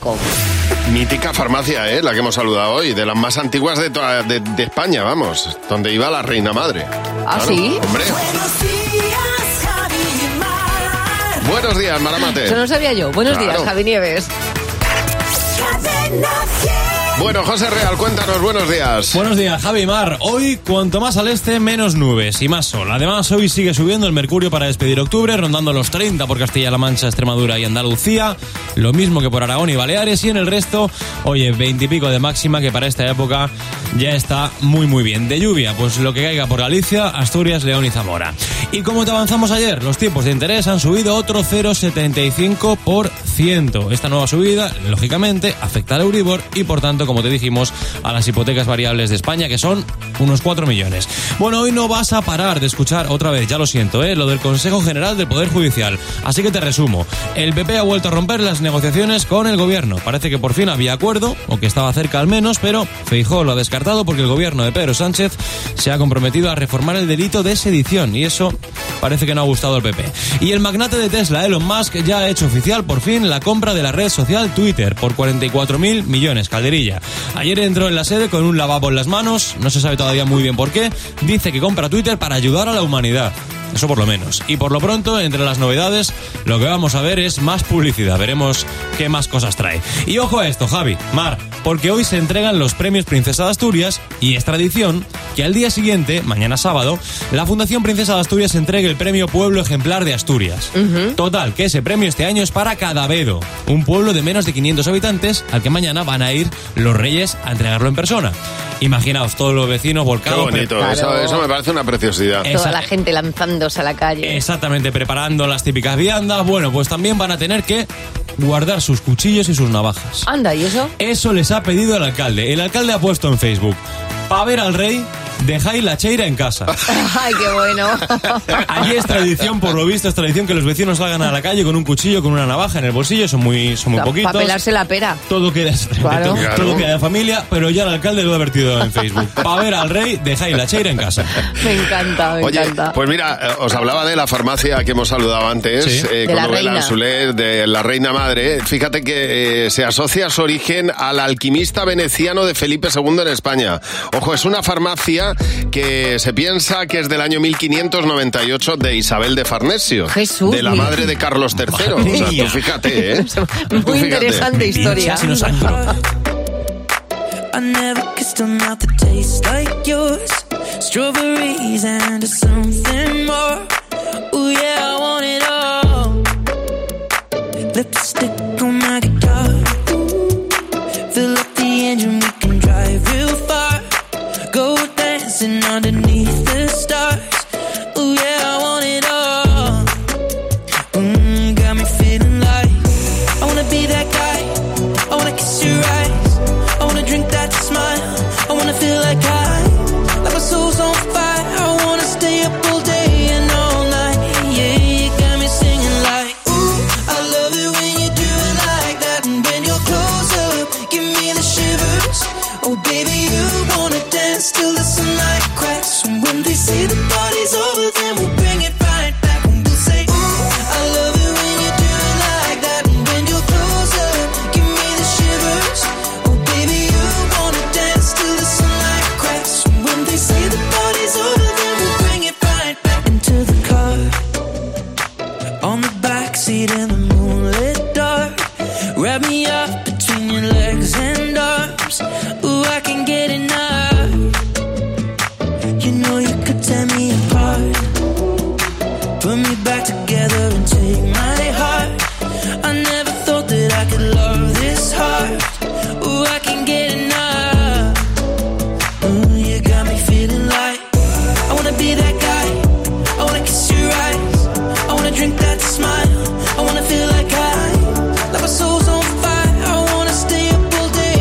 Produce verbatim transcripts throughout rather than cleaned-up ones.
Mítica farmacia, ¿eh? La que hemos saludado hoy, de las más antiguas de, toda, de, de España, vamos, donde iba la reina madre. ¿Ah, claro, sí? Hombre. Buenos días, Javi y Mar. Buenos días, Maramate. Eso no sabía yo. Buenos Claro. días, Javi Nieves. Cadena cien. Bueno, José Real, cuéntanos, buenos días. Buenos días, Javi Mar. Hoy, cuanto más al este, menos nubes y más sol. Además, hoy sigue subiendo el mercurio para despedir octubre, rondando los treinta por Castilla-La Mancha, Extremadura y Andalucía. Lo mismo que por Aragón y Baleares. Y en el resto, oye, veinte y pico de máxima, que para esta época ya está muy, muy bien. De lluvia, pues lo que caiga por Galicia, Asturias, León y Zamora. Y como te avanzamos ayer, los tipos de interés han subido otro cero coma setenta y cinco por ciento. Esta nueva subida, lógicamente, afecta al Euribor y, por tanto, como te dijimos, a las hipotecas variables de España, que son unos cuatro millones. Bueno, hoy no vas a parar de escuchar otra vez, ya lo siento, ¿eh? lo del Consejo General del Poder Judicial. Así que te resumo. El P P ha vuelto a romper las negociaciones con el gobierno. Parece que por fin había acuerdo, o que estaba cerca al menos, pero Feijóo lo ha descartado porque el gobierno de Pedro Sánchez se ha comprometido a reformar el delito de sedición, y eso parece que no ha gustado al P P. Y el magnate de Tesla, Elon Musk, ya ha hecho oficial por fin la compra de la red social Twitter por cuarenta y cuatro mil millones, calderilla. Ayer entró en la sede con un lavabo en las manos, no se sabe todavía muy bien por qué. Dice que compra Twitter para ayudar a la humanidad. Eso por lo menos. Y por lo pronto, entre las novedades, lo que vamos a ver es más publicidad. Veremos qué más cosas trae. Y ojo a esto, Javi, Mar, porque hoy se entregan los premios Princesa de Asturias y es tradición que al día siguiente, mañana sábado, la Fundación Princesa de Asturias entregue el premio Pueblo Ejemplar de Asturias. Uh-huh. Total, que ese premio este año es para Cadavedo, un pueblo de menos de quinientos habitantes al que mañana van a ir los reyes a entregarlo en persona. Imaginaos, todos los vecinos volcados. Qué bonito, Claro. eso, eso me parece una preciosidad. Toda Esa- la gente lanzándose a la calle. Exactamente, preparando las típicas viandas. Bueno, pues también van a tener que guardar sus cuchillos y sus navajas. Anda, ¿y eso? Eso les ha pedido el alcalde. El alcalde ha puesto en Facebook: pa' ver al rey, dejáis la cheira en casa. Ay, qué bueno. Allí es tradición, por lo visto es tradición que los vecinos salgan a la calle con un cuchillo, con una navaja en el bolsillo. Son muy, son muy poquitos. Para pelarse la pera. Todo queda, Claro. todo, Claro. todo queda de familia, pero ya el alcalde lo ha advertido en Facebook: pa' ver al rey, dejáis la cheira en casa. Me encanta, me Oye, encanta. pues mira, eh, os hablaba de la farmacia que hemos saludado antes, Sí. eh, De con la Noel reina. Anzuler, de la Reina Madre. Fíjate que eh, se asocia su origen al alquimista veneciano de Felipe segundo en España. Ojo, es una farmacia que se piensa que es del año mil quinientos noventa y ocho de Isabel de Farnesio, Jesús, de la mira. madre de Carlos tercero. O sea, tú fíjate, ¿eh? Tú Muy fíjate. interesante historia. Pinchas y no sangro. I never kissed a mouth that tastes like yours. Strawberries and something more. Ooh yeah, I want it all. Lipstick on my guitar. Fill up the engine, we can drive real far. Go dancing underneath the stars. Ooh yeah, I want it all. Mm, got me feeling like I wanna be that guy. I wanna kiss your eyes. I wanna drink that smile. I wanna feel like I, like my soul's on fire. I wanna stay up all day and all night. Yeah, you got me singing like, ooh, I love it when you do it like that. And when you're close up, give me the shivers. Oh baby, you wanna dance till the sunlight cracks. And when they say the party's over, then we'll bring it right back. And we'll say, ooh, I love it when you do it like that. And when you're close up, give me the shivers. Oh baby, you wanna dance till the sunlight cracks. And when they say the party's over, then we'll bring it right back into the car. On the backseat in the moonlit dark. Wrap me up between your legs and arms. Ooh, I can get enough. You know you could tear me apart. Put me back together and take my heart. I never thought that I could love this hard. Ooh, I can get enough. Ooh, you got me feeling like I wanna be that guy. I wanna kiss your eyes. I wanna drink that smile. I wanna feel like I, like my soul's on fire. I wanna stay up all day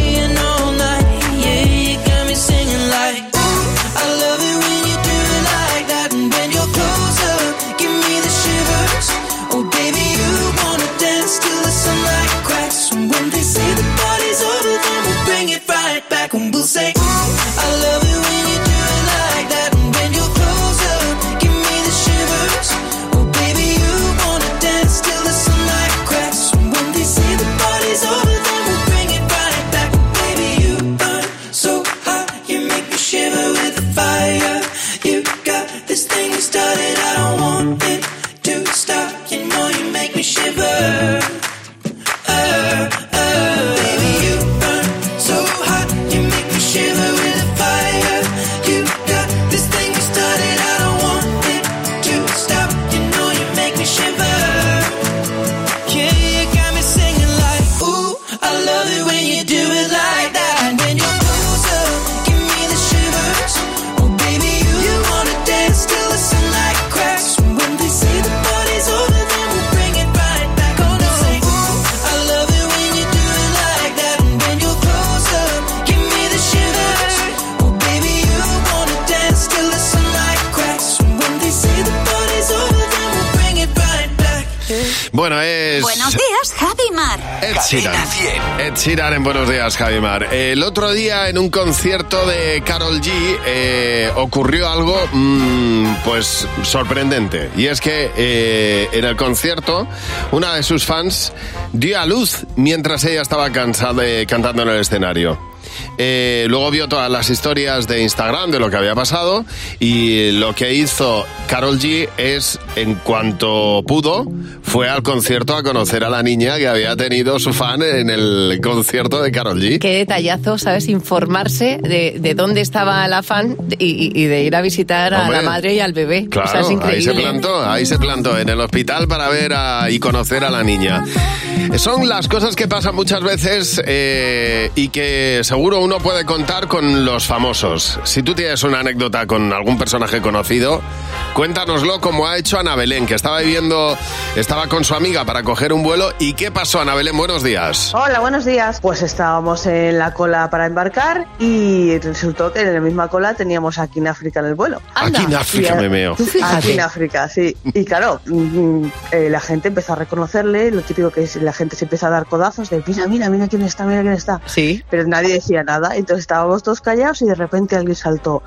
Bueno, es... Buenos días, Javi y Mar. Ed Sheeran. Ed Sheeran en Buenos Días, Javi Mar. El otro día en un concierto de Karol G eh, ocurrió algo mmm, pues sorprendente. Y es que eh, en el concierto una de sus fans dio a luz mientras ella estaba cansada, eh, cantando en el escenario. Eh, luego vio todas las historias de Instagram de lo que había pasado y lo que hizo Karol G es, en cuanto pudo, fue al concierto a conocer a la niña que había tenido su fan en el concierto de Karol G. Qué detallazo, ¿sabes? Informarse de, de dónde estaba la fan y, y de ir a visitar a Hombre, la madre y al bebé. Claro, o sea, es increíble. ahí se plantó, ahí se plantó en el hospital para ver a, y conocer a la niña. Son las cosas que pasan muchas veces eh, y que seguro uno puede contar con los famosos. Si tú tienes una anécdota con algún personaje conocido, cuéntanoslo, como ha hecho Ana Belén, que estaba viviendo, estaba con su amiga para coger un vuelo. ¿Y qué pasó, Ana Belén? Buenos días. Hola, buenos días. Pues estábamos en la cola para embarcar y resultó que en la misma cola teníamos a King África en el vuelo. Anda. Aquí en África Y a- me meo. Tú fíjate. Aquí en África, sí. Y claro, mm, eh, la gente empezó a reconocerle, lo típico que es, la gente se empieza a dar codazos de mira, mira, mira quién está, mira quién está. Sí. Pero nadie decía nada, entonces estábamos todos callados y de repente alguien saltó.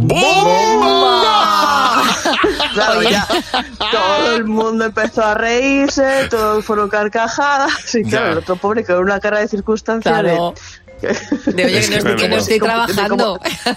¡Bomba! Claro, Oye. ya todo el mundo empezó a reírse, todos fueron carcajadas y claro, Ya. el otro pobre con una cara de circunstancia Claro. de... De oye, Es que, que no, me que no muero. estoy De como- trabajando.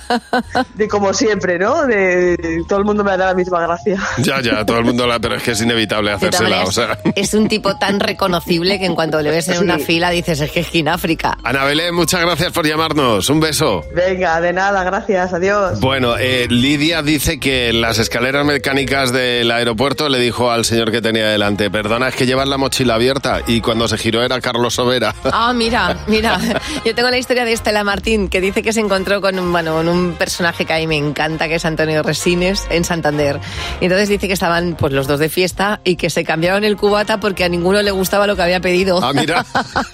de como siempre, ¿no? De, de- todo el mundo me da la misma gracia. Ya, ya, todo el mundo la... Pero es que es inevitable De todas hacérsela, maneras, o sea... es un tipo tan reconocible que en cuanto le ves en Sí. una fila dices, es que es King África. Ana Belén, muchas gracias por llamarnos. Un beso. Venga, de nada, gracias, adiós. Bueno, eh, Lidia dice que en las escaleras mecánicas del aeropuerto le dijo al señor que tenía delante, perdona, es que llevas la mochila abierta, y cuando se giró era Carlos Sobera. Ah, mira, mira. Yo tengo la historia de Estela Martín, que dice que se encontró con un, bueno, con un personaje que a mí me encanta, que es Antonio Resines, en Santander. Y entonces dice que estaban pues los dos de fiesta y que se cambiaron el cubata porque a ninguno le gustaba lo que había pedido. Ah, mira,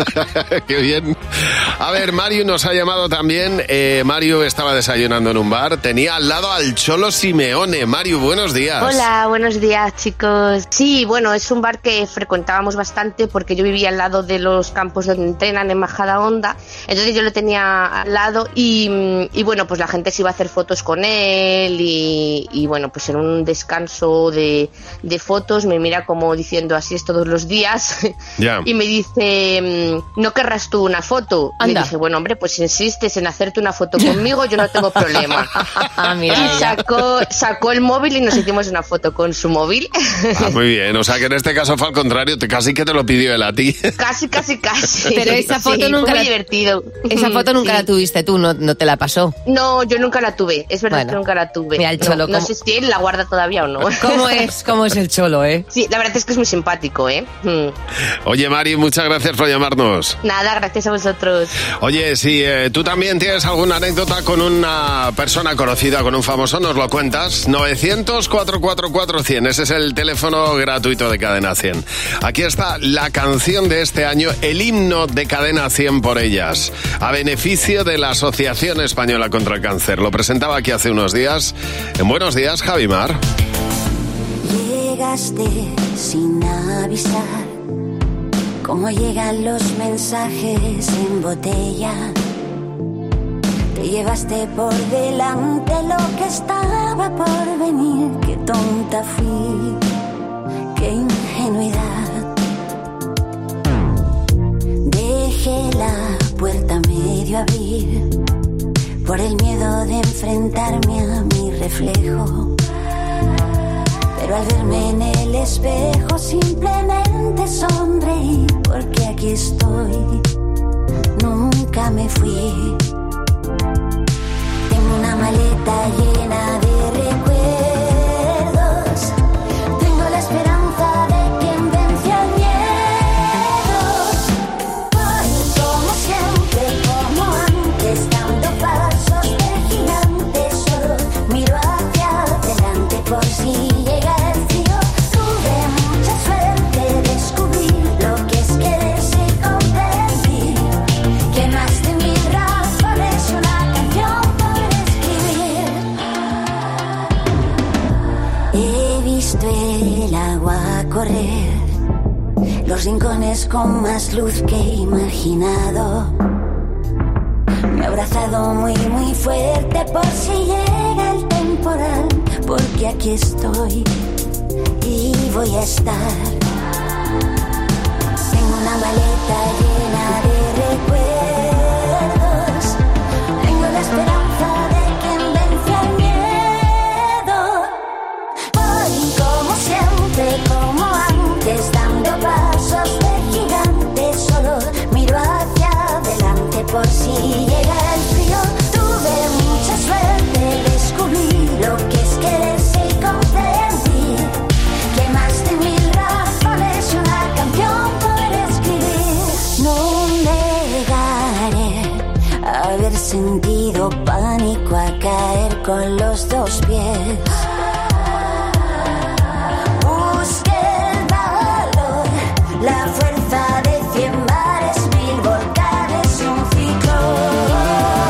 qué bien. A ver, Mario nos ha llamado también. Eh, Mario estaba desayunando en un bar, tenía al lado al Cholo Simeone. Mario, buenos días. Hola, buenos días, chicos. Sí, bueno, es un bar que frecuentábamos bastante porque yo vivía al lado de los campos donde entrenan en Majadahonda, entonces yo lo tenía al lado y, y bueno, pues la gente se iba a hacer fotos con él y, y bueno, pues en un descanso de, de fotos me mira como diciendo así es todos los días Ya. y me dice, ¿no querrás tú una foto? Y Anda. le dije, bueno, hombre, pues si insistes en hacerte una foto conmigo, yo no tengo problema. Ah, mira, Y ella. sacó, sacó el móvil y nos hicimos una foto con su móvil. Ah, muy bien, o sea que en este caso fue al contrario, te, casi que te lo pidió él a ti. Casi, casi, casi. Pero esa foto Sí, nunca fue la- muy divertido. Esa foto nunca Sí. la tuviste tú, no, no te la pasó. No, yo nunca la tuve. Es verdad Bueno. que nunca la tuve. Mira, el No- Cholo, no, ¿cómo- sé si él la guarda todavía o no. ¿Cómo es, cómo es el Cholo, eh? Sí, la verdad es que es muy simpático, ¿eh? Mm. Oye, Mari, muchas gracias por llamarnos. Nada, gracias a vosotros. Oye, si eh, tú también tienes alguna anécdota con una persona conocida, con un famoso, nos lo cuentas. novecientos, cuatrocientos cuarenta y cuatro cien, ese es el teléfono gratuito de Cadena cien. Aquí está la canción de este año, el himno de Cadena cien por ellas, a beneficio de la Asociación Española contra el Cáncer. Lo presentaba aquí hace unos días. En Buenos Días, Javi Mar. Llegaste sin avisar, como llegan los mensajes en botella. Te llevaste por delante lo que estaba por venir. Qué tonta fui, qué ingenuidad. Dejé la puerta medio abrir por el miedo de enfrentarme a mi reflejo. Pero al verme en el espejo simplemente sonreí, porque aquí estoy, nunca me fui. Tengo una maleta llena de recuerdos, tengo la esperanza de quien vence al miedo. Voy como siempre, como antes, dando pasos de gigante, solo miro hacia adelante por si llega el frío. Tuve mucha suerte, descubrí lo que es quererse y comprendí que más de mil ráfagas los rincones con más luz que he imaginado. Me he abrazado muy muy fuerte por si llega el temporal, porque aquí estoy y voy a estar. Tengo una maleta llena de recuerdos, tengo la esperanza de quien vence al miedo. Voy como siempre, como antes, dando pasos de gigante, solo miro hacia adelante por si llega el frío. Tuve mucha suerte, descubrí lo que es quererse y comprendí que más de mil razones y una canción poder escribir. No negaré haber sentido pánico a caer con los dos pies. Busqué el valor, la fuerza de cien mares, mil volcanes y un ciclón.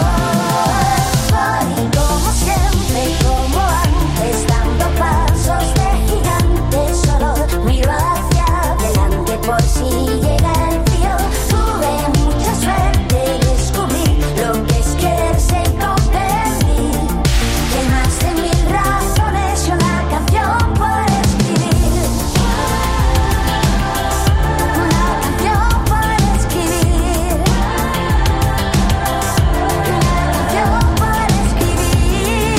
Voy como siempre, como antes, dando pasos de gigante, solo miro hacia adelante por si llega el frío. Tuve mucha suerte, descubrí lo que es quererse y comprendí que más de mil razones y una canción por escribir. Una canción por escribir. Una canción por escribir.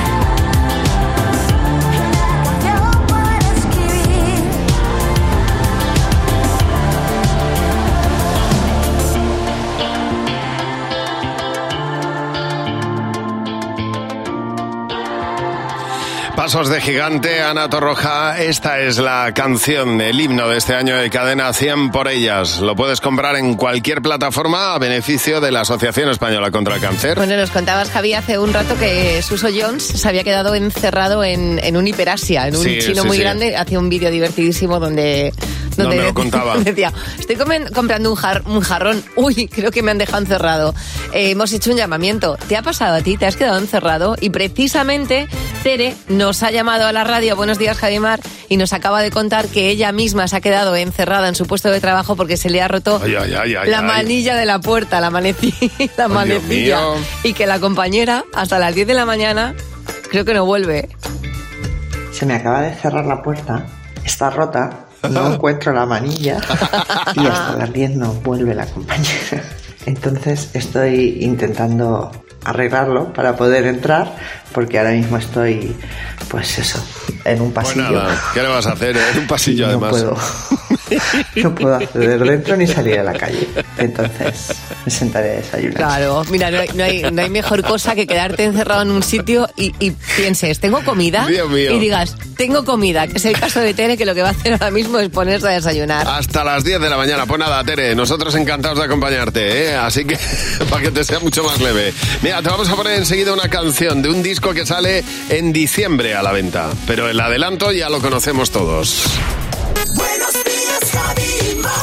Pasos de gigante, Ana Torroja. Esta es la canción, el himno de este año de Cadena cien por ellas. Lo puedes comprar en cualquier plataforma a beneficio de la Asociación Española contra el Cáncer. Bueno, nos contabas, Javi, hace un rato que Suso Jones se había quedado encerrado en, en un hiperasia, en un Sí, chino sí, muy sí. grande. Hacía un vídeo divertidísimo donde... No donde me lo contaba. decía, estoy comen- comprando un, jar- un jarrón. Uy, creo que me han dejado encerrado. Eh, hemos hecho un llamamiento. ¿Te ha pasado a ti? ¿Te has quedado encerrado? Y precisamente Tere nos ha llamado a la radio. Buenos días, Javimar. Y nos acaba de contar que ella misma se ha quedado encerrada en su puesto de trabajo porque se le ha roto Ay, ay, ay, ay, la ay. manilla de la puerta, la, maneci- la Ay, Dios manecilla. mío. Y que la compañera, hasta las diez de la mañana, creo que no vuelve. Se me acaba de cerrar la puerta, está rota, no encuentro la manilla y hasta las diez no vuelve la compañera. Entonces estoy intentando arreglarlo para poder entrar, porque ahora mismo estoy, pues eso, en un Pues pasillo. nada, ¿qué le vas a hacer? En un pasillo, no además. Puedo, no puedo acceder dentro ni salir a la calle. Entonces me sentaré a desayunar. Claro, mira, no hay, no hay, no hay mejor cosa que quedarte encerrado en un sitio y, y pienses, ¿tengo comida? Dios mío. Y digas, tengo comida, que es el caso de Tere, que lo que va a hacer ahora mismo es ponerse a desayunar. Hasta las diez de la mañana. Pues nada, Tere, nosotros encantados de acompañarte, ¿eh? Así que para que te sea mucho más leve. Mira, te vamos a poner enseguida una canción de un disco que sale en diciembre a la venta. Pero el adelanto ya lo conocemos todos. Buenos días, Javi Mar.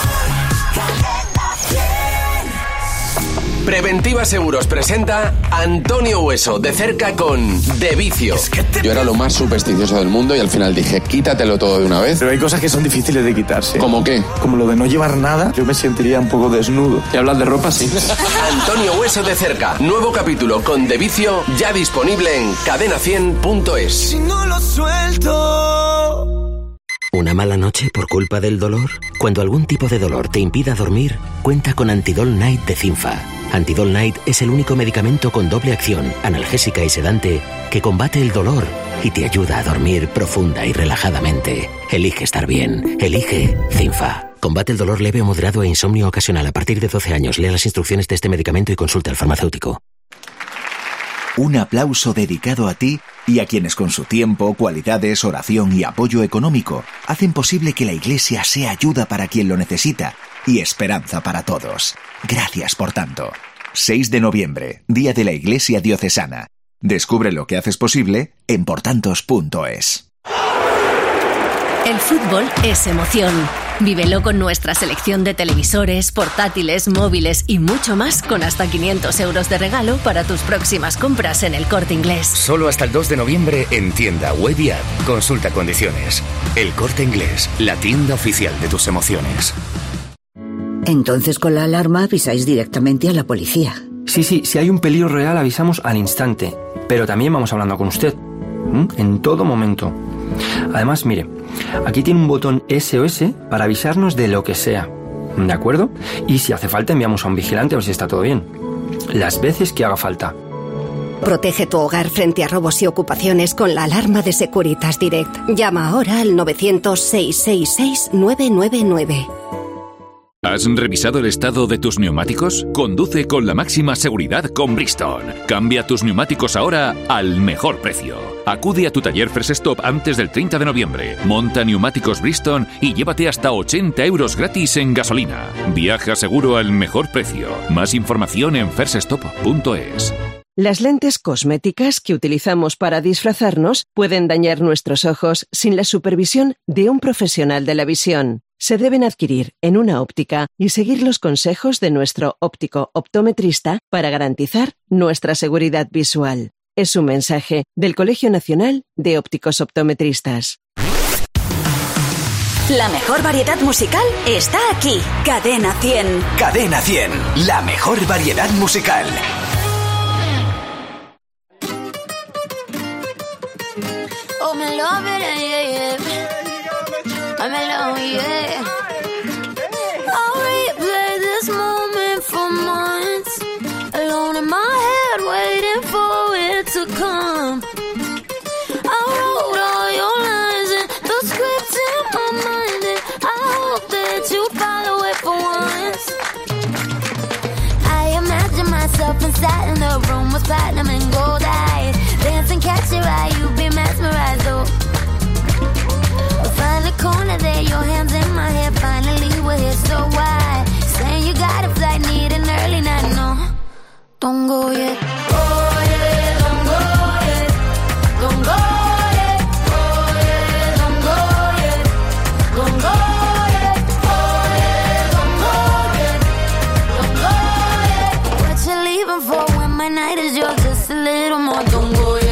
Preventiva Seguros presenta Antonio Hueso, de cerca con De Vicio. Yo era lo más supersticioso del mundo y al final dije, quítatelo todo de una vez. Pero hay cosas que son difíciles de quitarse. ¿Cómo qué? Como lo de no llevar nada, yo me sentiría un poco desnudo. ¿Y hablas de ropa? Sí. Antonio Hueso de cerca, nuevo capítulo con De Vicio, ya disponible en cadena cien punto es. Si no lo suelto. ¿Una mala noche por culpa del dolor? Cuando algún tipo de dolor te impida dormir, cuenta con Antidol Night de Cinfa. Antidol Night es el único medicamento con doble acción, analgésica y sedante, que combate el dolor y te ayuda a dormir profunda y relajadamente. Elige estar bien. Elige Cinfa. Combate el dolor leve o moderado e insomnio ocasional a partir de doce años. Lea las instrucciones de este medicamento y consulte al farmacéutico. Un aplauso dedicado a ti y a quienes con su tiempo, cualidades, oración y apoyo económico hacen posible que la Iglesia sea ayuda para quien lo necesita y esperanza para todos. Gracias por tanto. seis de noviembre, Día de la Iglesia Diocesana. Descubre lo que haces posible en portantos punto es. El fútbol es emoción. Vívelo con nuestra selección de televisores, portátiles, móviles y mucho más con hasta quinientos euros de regalo para tus próximas compras en El Corte Inglés. Solo hasta el dos de noviembre en tienda, web y app. Consulta condiciones. El Corte Inglés, la tienda oficial de tus emociones. Entonces con la alarma avisáis directamente a la policía. Sí, sí, si hay un peligro real avisamos al instante, pero también vamos hablando con usted, ¿m? En todo momento. Además, mire, aquí tiene un botón S O S para avisarnos de lo que sea, ¿de acuerdo? Y si hace falta enviamos a un vigilante a ver si está todo bien. Las veces que haga falta. Protege tu hogar frente a robos y ocupaciones con la alarma de Securitas Direct. Llama ahora al novecientos, seiscientos sesenta y seis, nueve nueve nueve. ¿Has revisado el estado de tus neumáticos? Conduce con la máxima seguridad con Bridgestone. Cambia tus neumáticos ahora al mejor precio. Acude a tu taller First Stop antes del treinta de noviembre. Monta neumáticos Bridgestone y llévate hasta ochenta euros gratis en gasolina. Viaja seguro al mejor precio. Más información en first stop punto es. Las lentes cosméticas que utilizamos para disfrazarnos pueden dañar nuestros ojos sin la supervisión de un profesional de la visión. Se deben adquirir en una óptica y seguir los consejos de nuestro óptico optometrista para garantizar nuestra seguridad visual. Es un mensaje del Colegio Nacional de Ópticos Optometristas. La mejor variedad musical está aquí. Cadena cien. Cadena cien, la mejor variedad musical. Oh, me love it, yeah, yeah. I'm alone, yeah. I'll replay this moment for months. Alone in my head, waiting for it to come. I wrote all your lines and the script in my mind, and I hope that you follow it for once. I imagine myself inside in the room with platinum and gold eyes. Dancing, catch your eye, you be mesmerized, oh. Find the corner there, your hands in my hair. Finally we're here, so why? Saying you got a flight, need an early night, no. Don't go yet. Oh yeah, don't go yet. Don't go yet. Oh yeah, don't go yet. Don't go yet. Oh yeah, don't go yet. Don't go yet. What you leaving for when my night is yours? Just a little more. Don't go yet.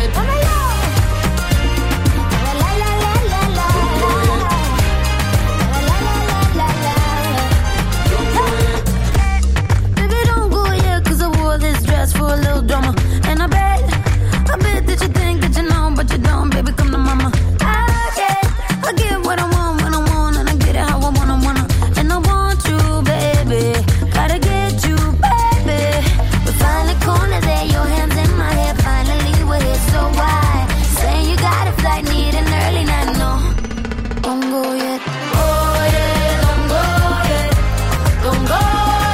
For a little drama, and I bet, I bet that you think that you know, but you don't, baby, come to mama. I get, I get what I want when I want, and I get it how I wanna, wanna, and I want you, baby, gotta get you, baby. We find the corner there, your hands in my hair, finally we're here, so why? Saying you got a flight, need an early night, no, don't go yet. Oh yeah, don't go yet, don't go.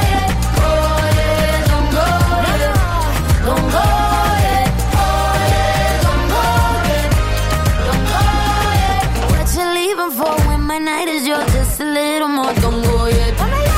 My night is yours, just a little more. Don't go yet.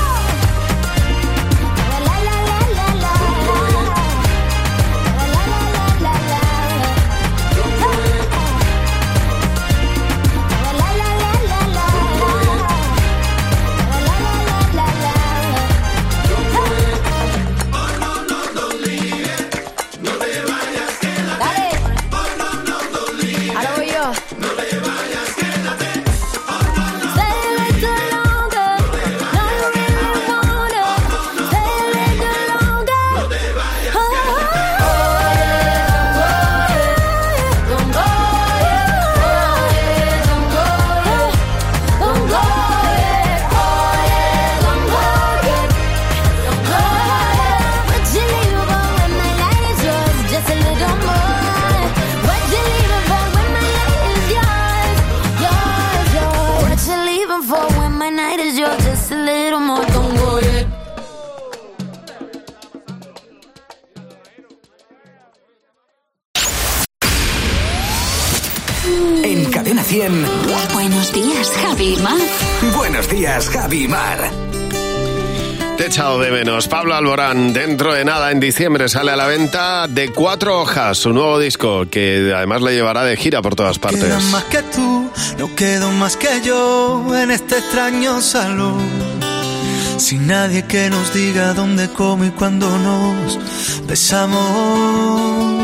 En Cadena cien. Buenos días, Javi y Mar. Buenos días, Javi y Mar. Te he echado de menos. Pablo Alborán, dentro de nada, en diciembre, sale a la venta De Cuatro Hojas, su nuevo disco, que además le llevará de gira por todas partes. Queda más que tú, no quedo más que yo en este extraño salón. Sin nadie que nos diga dónde, cómo y cuándo nos besamos.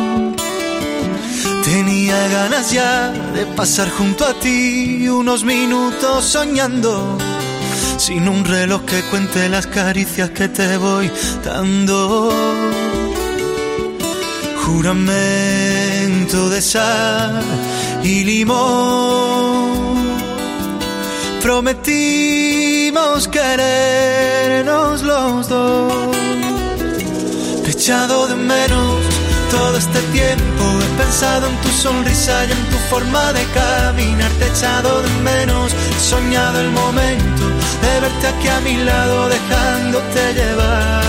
Tenía ganas ya de pasar junto a ti unos minutos soñando. sin un reloj que cuente las caricias que te voy dando. Juramento de sal y limón. Prometimos querernos los dos. Te he echado de menos todo este tiempo. He pensado en tu sonrisa y en tu forma de caminar. Te he echado de menos. He soñado el momento de verte aquí a mi lado, dejándote llevar.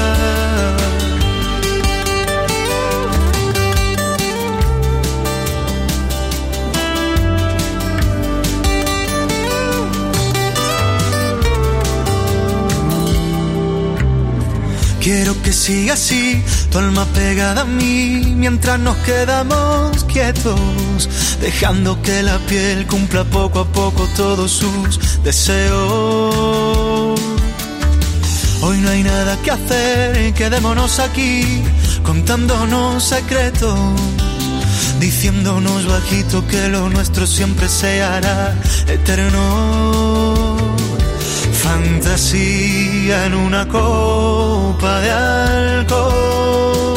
Quiero que siga así, tu alma pegada a mí, mientras nos quedamos quietos, dejando que la piel cumpla poco a poco todos sus deseos. Hoy no hay nada que hacer, quedémonos aquí, contándonos secretos, diciéndonos bajito que lo nuestro siempre se hará eterno. Fantasía en una copa de alcohol.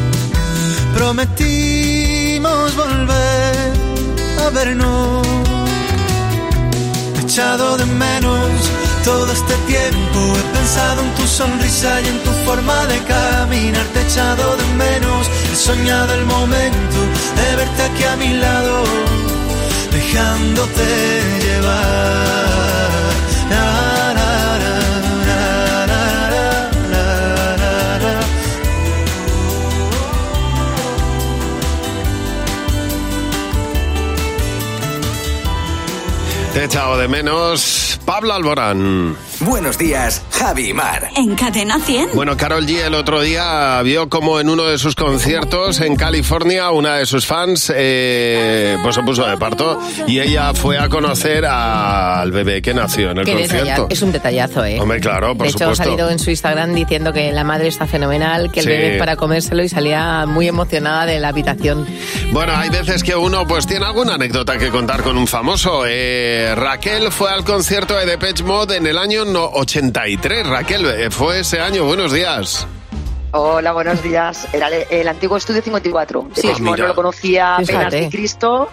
Prometimos volver a vernos. Te he echado de menos todo este tiempo. He pensado en tu sonrisa y en tu forma de caminar. Te he echado de menos. He soñado el momento de verte aquí a mi lado, dejándote llevar. La, la, Te he echado de menos, Pablo Alborán. Buenos días, Javi y Mar. En Cadena cien. Bueno, Karol G el otro día vio como en uno de sus conciertos en California una de sus fans eh, pues se puso de parto y ella fue a conocer al bebé que nació en el Qué concierto. detallazo. Es un detallazo, ¿eh? Hombre, claro, por de hecho, supuesto. ha salido en su Instagram diciendo que la madre está fenomenal, que el Sí. bebé es para comérselo y salía muy emocionada de la habitación. Bueno, hay veces que uno pues tiene alguna anécdota que contar con un famoso. Eh, Raquel fue al concierto de Depeche Mode en el año no, ochenta y tres. Raquel, eh, fue ese año. Buenos días. Hola, buenos días. Era el, el antiguo Estudio cincuenta y cuatro. Sí, Depeche Mode mira. no lo conocía apenas Fíjate. ni Cristo.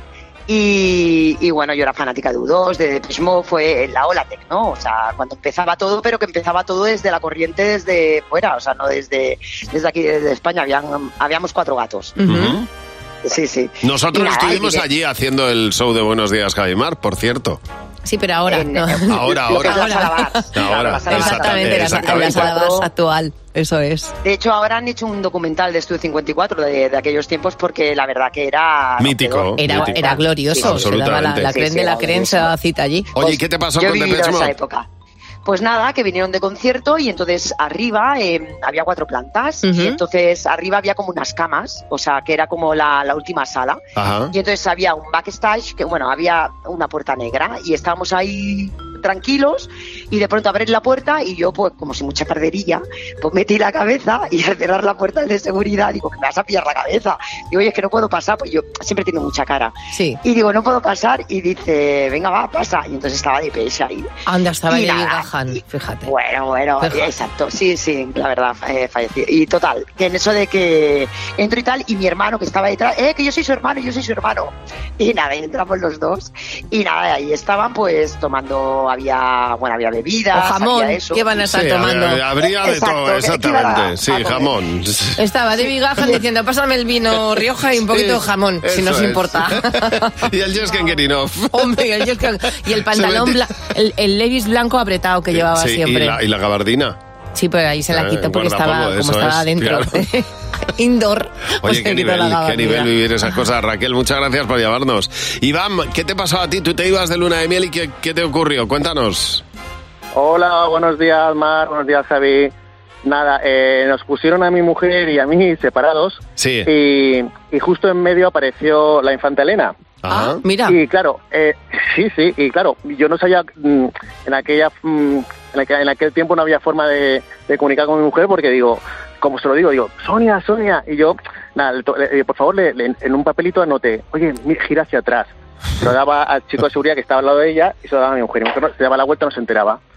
Y, y bueno, yo era fanática de U dos, de Depeche Mode, fue la ola tech, ¿no? O sea, cuando empezaba todo, pero que empezaba todo desde la corriente, desde fuera, o sea, no desde, desde aquí, desde España. Habían, habíamos cuatro gatos. Ujú. Sí, sí. Nosotros Y nada, estuvimos y de- allí haciendo el show de Buenos Días, Javimar, por cierto. Sí, pero ahora. En- no. Ahora, Lo que ahora. es la sala Bars. Ahora, la sala Bars. Exactamente, la, exactamente. la sala Bars actual. Eso es. De hecho, ahora han hecho un documental de Estudio cincuenta y cuatro de, de aquellos tiempos porque la verdad que era... Mítico. Era, mítico. era glorioso. Se daba la, la Sí, creen sí, de la era creen se daba cita allí. Oye, ¿y qué te pasó Yo he con vivido Depeche esa Mode? época. Pues nada, que vinieron de concierto y entonces arriba eh, había cuatro plantas Ujú. y entonces arriba había como unas camas, o sea, que era como la, la última sala. Ajá. Y entonces había un backstage, que bueno, había una puerta negra y estábamos ahí tranquilos y de pronto abrir la puerta y yo, pues como si mucha carderilla, pues metí la cabeza y al cerrar la puerta el de seguridad digo, que me vas a pillar la cabeza. Digo, oye, es que no puedo pasar, pues yo siempre tengo mucha cara. Sí. Y digo, no puedo pasar y dice, venga, va, pasa. Y entonces estaba de pecha ahí. Anda, estaba Y Lady nada, Gahan, fíjate. Bueno, bueno, Fíjate. exacto, sí, sí, la verdad, eh, falleció. Y total, que en eso de que entro y tal, y mi hermano que estaba detrás, eh, que yo soy su hermano, yo soy su hermano. Y nada, y entramos los dos, y nada, ahí estaban pues tomando, había, bueno, había bebidas, O jamón, había eso. ¿qué van a estar Sí, tomando? habría- habría de Exacto, todo, que exactamente. iban a- Sí, a comer. jamón. Estaba David Gahan diciendo, pásame el vino Rioja y un poquito de jamón, si no Eso os es. importa. Y el Jesken Kerinov. Hombre, el Jesken- y el pantalón, Se bla- el, el Levi's blanco apretado que llevaba Sí, siempre. Y la, y la gabardina. Sí, pero ahí se la Eh, quitó porque guardapolvo, estaba, como eso estaba es, dentro. claro. Indoor. Oye, pues se qué quitó nivel, la qué gabardina. nivel vivir esas cosas. Raquel, muchas gracias por llamarnos. Iván, ¿qué te pasó a ti? Tú te ibas de luna de miel y ¿qué, qué te ocurrió? Cuéntanos. Hola, buenos días, Mar, buenos días, Javi. Nada, eh, nos pusieron a mi mujer y a mí separados. Sí. Y, y justo en medio apareció la infanta Elena. Ah, mira. Y claro, eh, sí, sí, y claro, yo no sabía, mm, en aquella mm, en, aquel, en aquel tiempo no había forma de, de comunicar con mi mujer porque digo, como se lo digo, digo, Sonia, Sonia, y yo, nada, le to- le- por favor, le- le- en un papelito anoté, oye, mi- gira hacia atrás. Se lo daba al chico de seguridad que estaba al lado de ella y se lo daba a mi mujer. Y mi mujer no- se daba la vuelta y no se enteraba.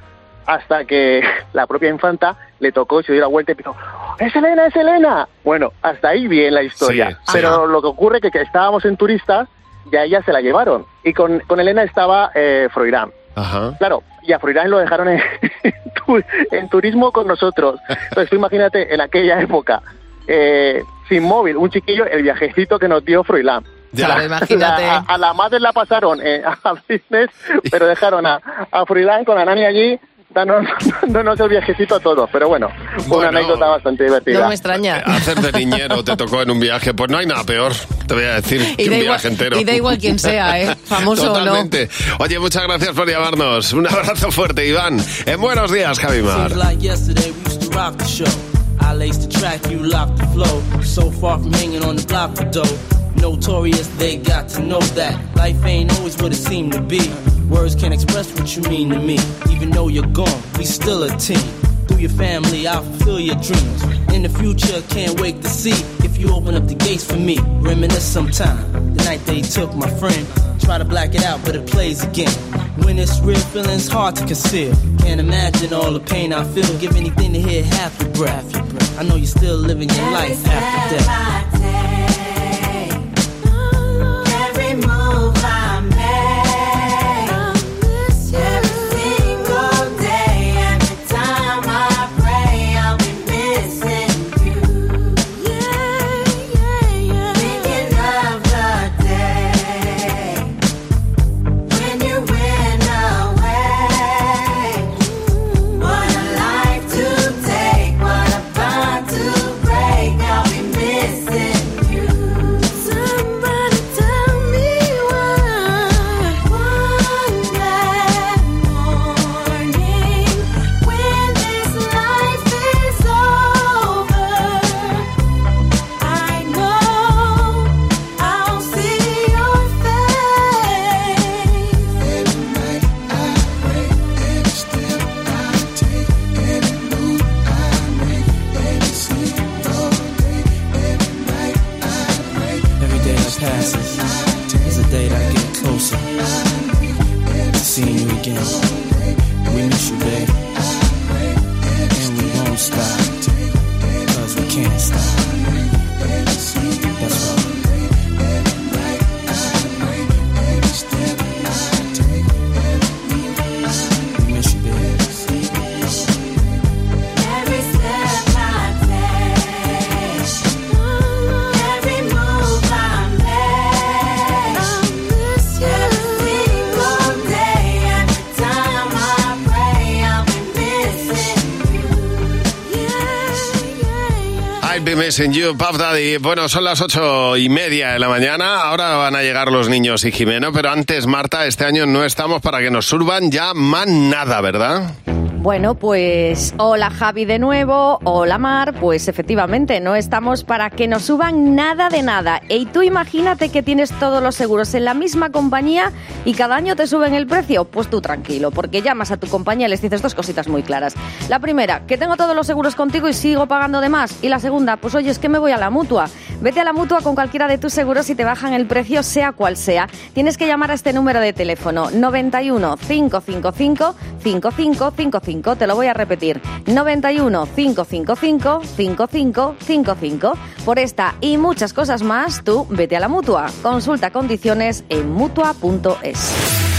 hasta que la propia infanta le tocó, se dio la vuelta y empezó, ¡es Elena, es Elena! Bueno, hasta ahí bien la historia. Sí, pero ajá. lo que ocurre es que, que estábamos en turistas y a ella se la llevaron. Y con, con Elena estaba eh, Froilán. Ajá. Claro, y a Froilán lo dejaron en, en turismo con nosotros. Entonces tú imagínate, en aquella época, eh, sin móvil, un chiquillo, el viajecito que nos dio Froilán. Ya, La, imagínate. la, a, a la madre la pasaron eh, a business, pero dejaron a, a Froilán con la nani allí dándonos, dándonos el viajecito a todos. Pero bueno, fue Bueno, una anécdota bastante divertida. No me extraña. Hacer de niñero te tocó en un viaje, pues no hay nada peor, te voy a decir, Y que da, un igual, viaje entero. y da igual quién sea, ¿eh? Famoso o no. Totalmente. Oye, muchas gracias por llamarnos. Un abrazo fuerte, Iván. En Buenos Días, Javimar. Seems like yesterday we used to rock the show. I laced the track, you locked the flow. So far from hanging on the block for dough. Notorious, they got to know that life ain't always what it seemed to be. Words can't express what you mean to me. Even though you're gone, we still a team. Through your family, I'll fulfill your dreams. In the future, can't wait to see if you open up the gates for me. Reminisce sometime. The night they took my friend. Try to black it out, but it plays again. When it's real, feeling's hard to conceal. Can't imagine all the pain I feel. Give anything to hear half your breath. I know you're still living your life after death. Every move I make, I miss you. Every single day, every time I pray, I'll be missing you. Yeah, yeah, yeah. Thinking of the day when you went away. What a life to take, what a bond to break. I'll be missing you. Somebody tell me why. One bad morning, when this life is over, I know I'll see your face. Every night I pray, every step I take, every move I make, every single day, every night I pray. Every day that passes is a day that I get closer to seeing you again. We miss you, babe. And we won't stop, cause we can't stop. That's right. We miss you, babe. Every step I take, every move I make, I miss you. Every single day, every time I pray, I'll be missing you. Yeah, yeah, yeah. I'll be missing you, Puff Daddy. Bueno, son las ocho y media de la mañana. Ahora van a llegar los niños y Jimeno, pero antes, Marta, este año no estamos para que nos surban ya más nada, ¿verdad? Bueno, pues hola Javi de nuevo, hola Mar, pues efectivamente no estamos para que nos suban nada de nada. Y tú imagínate que tienes todos los seguros en la misma compañía y cada año te suben el precio, pues tú tranquilo, porque llamas a tu compañía y les dices dos cositas muy claras. La primera, que tengo todos los seguros contigo y sigo pagando de más. Y la segunda, pues oye, es que me voy a la Mutua. Vete a la Mutua con cualquiera de tus seguros y te bajan el precio sea cual sea. Tienes que llamar a este número de teléfono noventa y uno, cinco cinco cinco, cinco cinco cinco cinco. Te lo voy a repetir, noventa y uno, cinco cinco cinco, cinco cinco cinco cinco. Por esta y muchas cosas más, tú vete a la Mutua. Consulta condiciones en mutua punto es.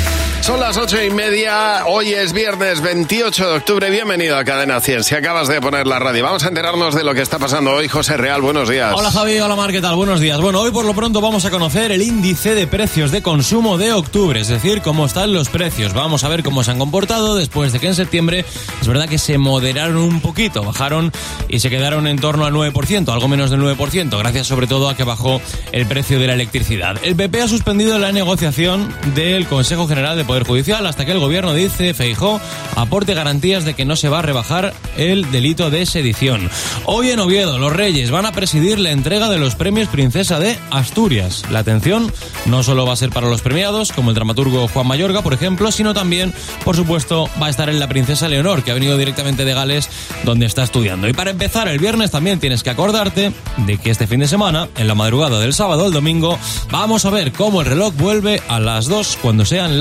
Son las ocho y media, hoy es viernes veintiocho de octubre, bienvenido a Cadena cien, si acabas de poner la radio. Vamos a enterarnos de lo que está pasando hoy. José Real, buenos días. Hola Javi, hola Mar, ¿qué tal? Buenos días. Bueno, hoy por lo pronto vamos a conocer el índice de precios de consumo de octubre, es decir, cómo están los precios. Vamos a ver cómo se han comportado después de que en septiembre es verdad que se moderaron un poquito, bajaron y se quedaron en torno al nueve por ciento, algo menos del nueve por ciento, gracias sobre todo a que bajó el precio de la electricidad. El P P ha suspendido la negociación del Consejo General de Poder Judicial hasta que el gobierno, dice Feijóo, aporte garantías de que no se va a rebajar el delito de sedición. Hoy en Oviedo, los Reyes van a presidir la entrega de los premios Princesa de Asturias. La atención no solo va a ser para los premiados, como el dramaturgo Juan Mayorga, por ejemplo, sino también, por supuesto, va a estar en la Princesa Leonor, que ha venido directamente de Gales, donde está estudiando. Y para empezar, el viernes también tienes que acordarte de que este fin de semana, en la madrugada del sábado al domingo, vamos a ver cómo el reloj vuelve a las dos cuando sean las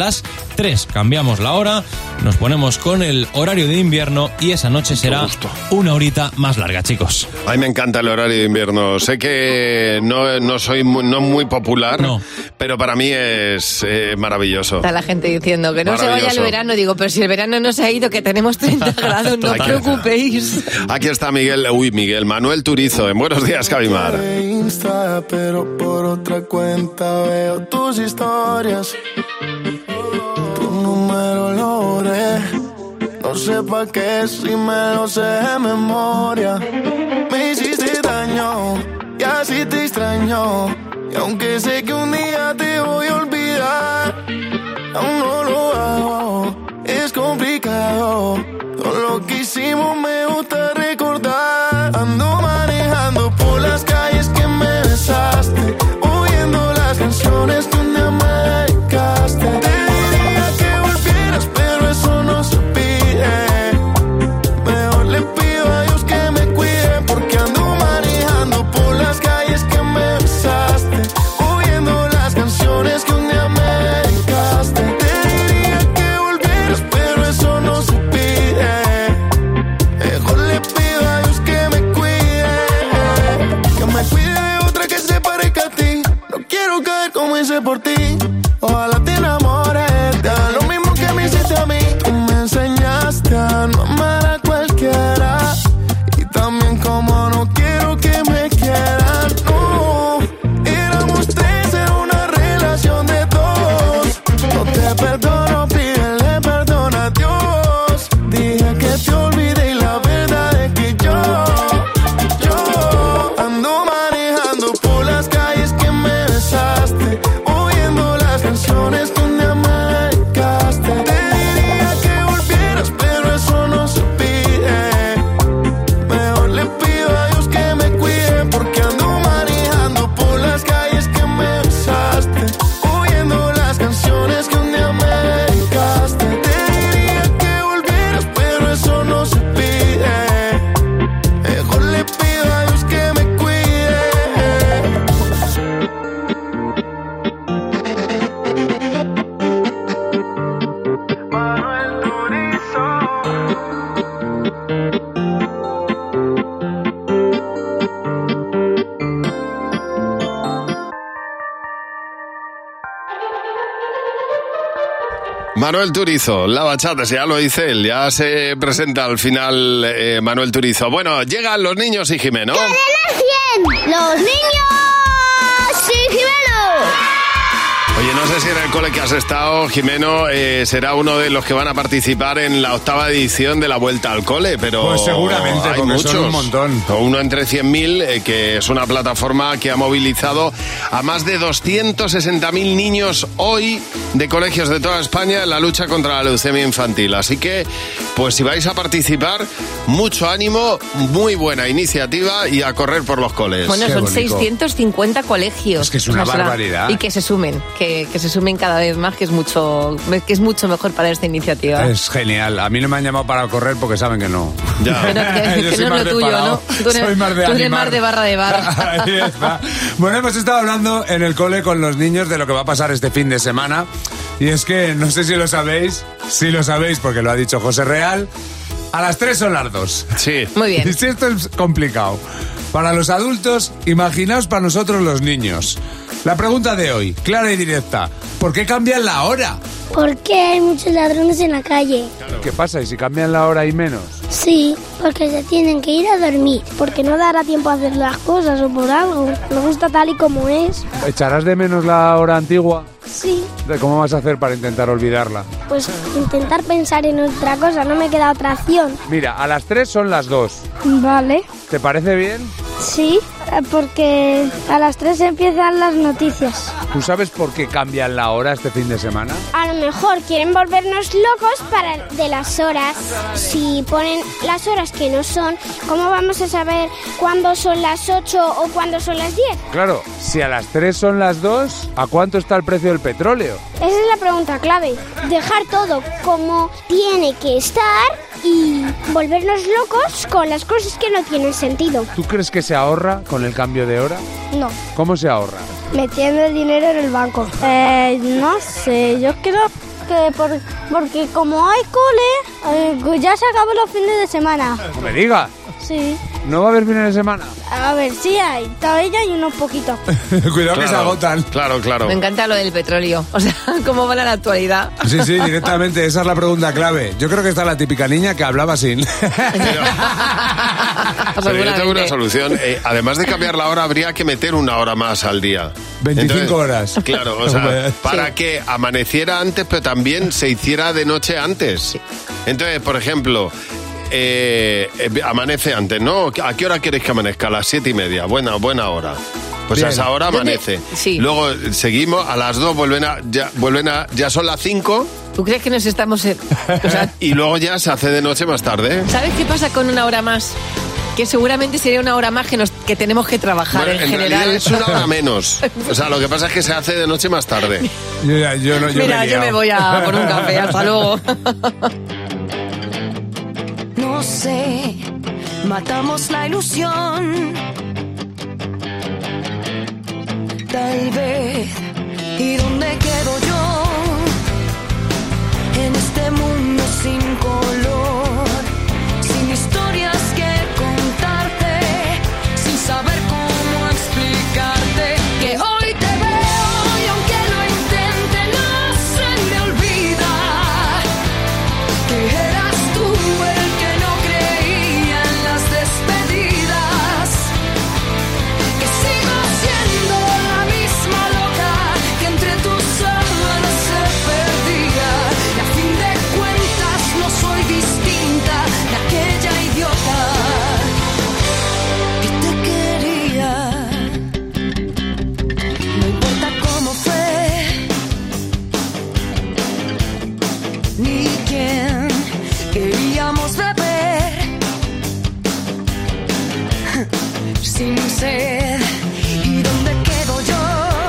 tres, cambiamos la hora, nos ponemos con el horario de invierno y esa noche será una horita más larga, chicos. A mí me encanta el horario de invierno. Sé que no, no soy muy, no muy popular, no. pero para mí es eh, maravilloso. Está la gente diciendo que no se vaya el verano. Digo, pero si el verano no se ha ido, que tenemos treinta grados, no os preocupéis. Aquí está Miguel, uy, Miguel, Manuel Turizo. En Buenos Días, Cabimar. Insta, pero por otra cuenta veo tus historias. Tu número lo borré. No sé pa' qué si me lo sé de memoria. Me hiciste daño y así te extraño. Y aunque sé que un día te voy a olvidar, aún no lo hago. Es complicado. Todo lo que hicimos me gusta recordar. Ando manejando por las calles que me besaste, oyendo las canciones que un día me dedicaste. Te diría que volvieras, pero eso no se pide. Mejor le pido a Dios que me cuide, porque ando manejando por las calles que me besaste, oyendo las canciones que un día me dedicaste. Te diría que volvieras, pero eso no se pide. Mejor le pido a Dios que me cuide, que me cuide de otra que se parezca a ti. No quiero caer como hice por ti. Ojalá te enamores, te haga lo mismo que me hiciste a mí. Tú me enseñaste a no amar a cualquiera, y también como no quiero que me quieran. No, éramos tres, era una relación de dos. No te perdono, pídele perdón a Dios. Dije que te olvidé y la verdad es que yo, yo ando manejando por las calles que me besaste, oyendo las canciones que un día me dedicaste. Te diría que volvieras, pero eso no se pide. Mejor le pido a Dios que me cuide, porque ando manejando por las calles que me besaste, oyendo las canciones que un día me dedicaste. Te diría que volvieras, pero eso no se pide. Mejor le pido a Dios que me cuide. Manuel Turizo. Manuel Turizo, la bachata, si ya lo dice él, ya se presenta al final eh, Manuel Turizo. Bueno, llegan los niños y Jimeno. ¡Cadena cien! ¡Los niños! ¡Sí, Jimeno! Oye, no sé si en el cole que has estado, Jimeno, eh, será uno de los que van a participar en la octava edición de la Vuelta al Cole, pero pues seguramente, hay porque muchos. son un montón. Uno entre cien mil, eh, que es una plataforma que ha movilizado a más de doscientos sesenta mil niños hoy de colegios de toda España en la lucha contra la leucemia infantil. Así que, pues si vais a participar, mucho ánimo, muy buena iniciativa y a correr por los coles. Bueno, Qué son bonito. seiscientos cincuenta colegios. Es que es una O sea, barbaridad. Y que se sumen, que, que se sumen cada vez más, que es mucho que es mucho mejor para esta iniciativa. Es genial. A mí no me han llamado para correr porque saben que no. Ya. Bueno, que, Yo que soy no más es de lo tuyo, parado. ¿no? Tú eres, Soy más de tú eres animar. más de barra de barra. Ahí está. Bueno, hemos estado hablando en el cole con los niños de lo que va a pasar este fin de semana. Y es que, no sé si lo sabéis, si lo sabéis porque lo ha dicho José Real, a las tres son las dos. Sí. Muy bien. Y si esto es complicado para los adultos, imaginaos para nosotros los niños. La pregunta de hoy, clara y directa, ¿por qué cambian la hora? Porque hay muchos ladrones en la calle. ¿Qué pasa? ¿Y si cambian la hora y menos? Sí, porque se tienen que ir a dormir. Porque no dará tiempo a hacer las cosas o por algo. Me gusta tal y como es. ¿Echarás de menos la hora antigua? Sí, ¿De cómo vas a hacer para intentar olvidarla? pues intentar pensar en otra cosa. No me queda otra opción. Mira, a las tres son las dos. Vale. ¿Te parece bien? Sí, porque a las tres empiezan las noticias. ¿Tú sabes por qué cambian la hora este fin de semana? A lo mejor quieren volvernos locos para de las horas. Si ponen las horas que no son, ¿cómo vamos a saber cuándo son las ocho o cuándo son las diez? Claro, si a las tres son las dos, ¿a cuánto está el precio del petróleo? Esa es la pregunta clave. Dejar todo como tiene que estar y volvernos locos con las cosas que no tienen sentido. ¿Tú crees que se ahorra con el cambio de hora? No. ¿Cómo se ahorra? Metiendo el dinero en el banco. Eh, no sé, yo creo que por, porque como hay cole, eh, pues ya se acaban los fines de semana. No me digas. Sí. ¿No va a haber fines de semana? A ver, sí hay. Todavía hay unos poquitos. Cuidado Claro, que se agotan. Claro, claro. Me encanta lo del petróleo. O sea, ¿cómo van a la actualidad? Sí, sí, directamente. Esa es la pregunta clave. Yo creo que está la típica niña que hablaba sin... Pero yo tengo una solución. Eh, además de cambiar la hora, habría que meter una hora más al día. veinticinco Entonces, horas. Claro, o sea, Sí. para que amaneciera antes, pero también se hiciera de noche antes. Entonces, por ejemplo... Eh, eh, amanece antes, ¿no? ¿A qué hora queréis que amanezca? A las siete y media. Buena, buena hora. Pues Bien. a esa hora ¿Dónde? amanece. Sí. Luego seguimos, a las dos vuelven a, ya, vuelven a, ya son las cinco. ¿Tú crees que nos estamos... en- o sea, Y luego ya se hace de noche más tarde. ¿sabes qué pasa con una hora más? Que seguramente sería una hora más que, nos, que tenemos que trabajar Bueno, en, en general. realidad es una hora menos. O sea, lo que pasa es que se hace de noche más tarde. Yo, ya- yo no, yo Mira, me he yo me liado. voy a por un café. Hasta luego. No sé, matamos la ilusión. Tal vez, ¿y dónde quedo yo? En este mundo sin color, sin historias que contarte, sin saber cómo explicarte que hoy te veo y aunque lo intente no se me olvida que eras tú el que no creía en las despedidas, que sigo siendo la misma loca que entre tus sábanas se perdía, y a fin de cuentas no soy distinta de aquella idiota que te quería. No importa cómo fue ni quién queríamos beber sin sed. ¿Y dónde quedo yo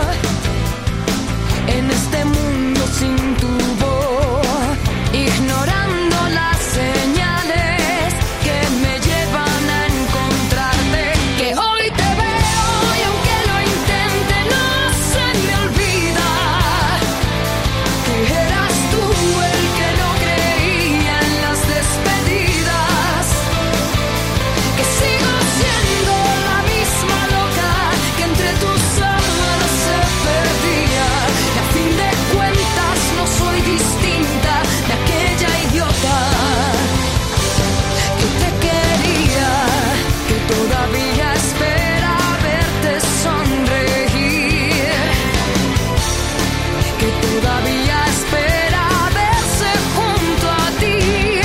en este mundo sin tu voz, ignorando las señales que me llevan a encontrarte? Que hoy te veo y aunque lo intente no se me olvida que eras tú el que no creía en las despedidas, que sigo siendo la misma loca que entre tus sábanas se perdía, y a fin de cuentas no soy distinta de aquella idiota que te quería, que todavía espera verte sonreír, que todavía espera verse junto a ti.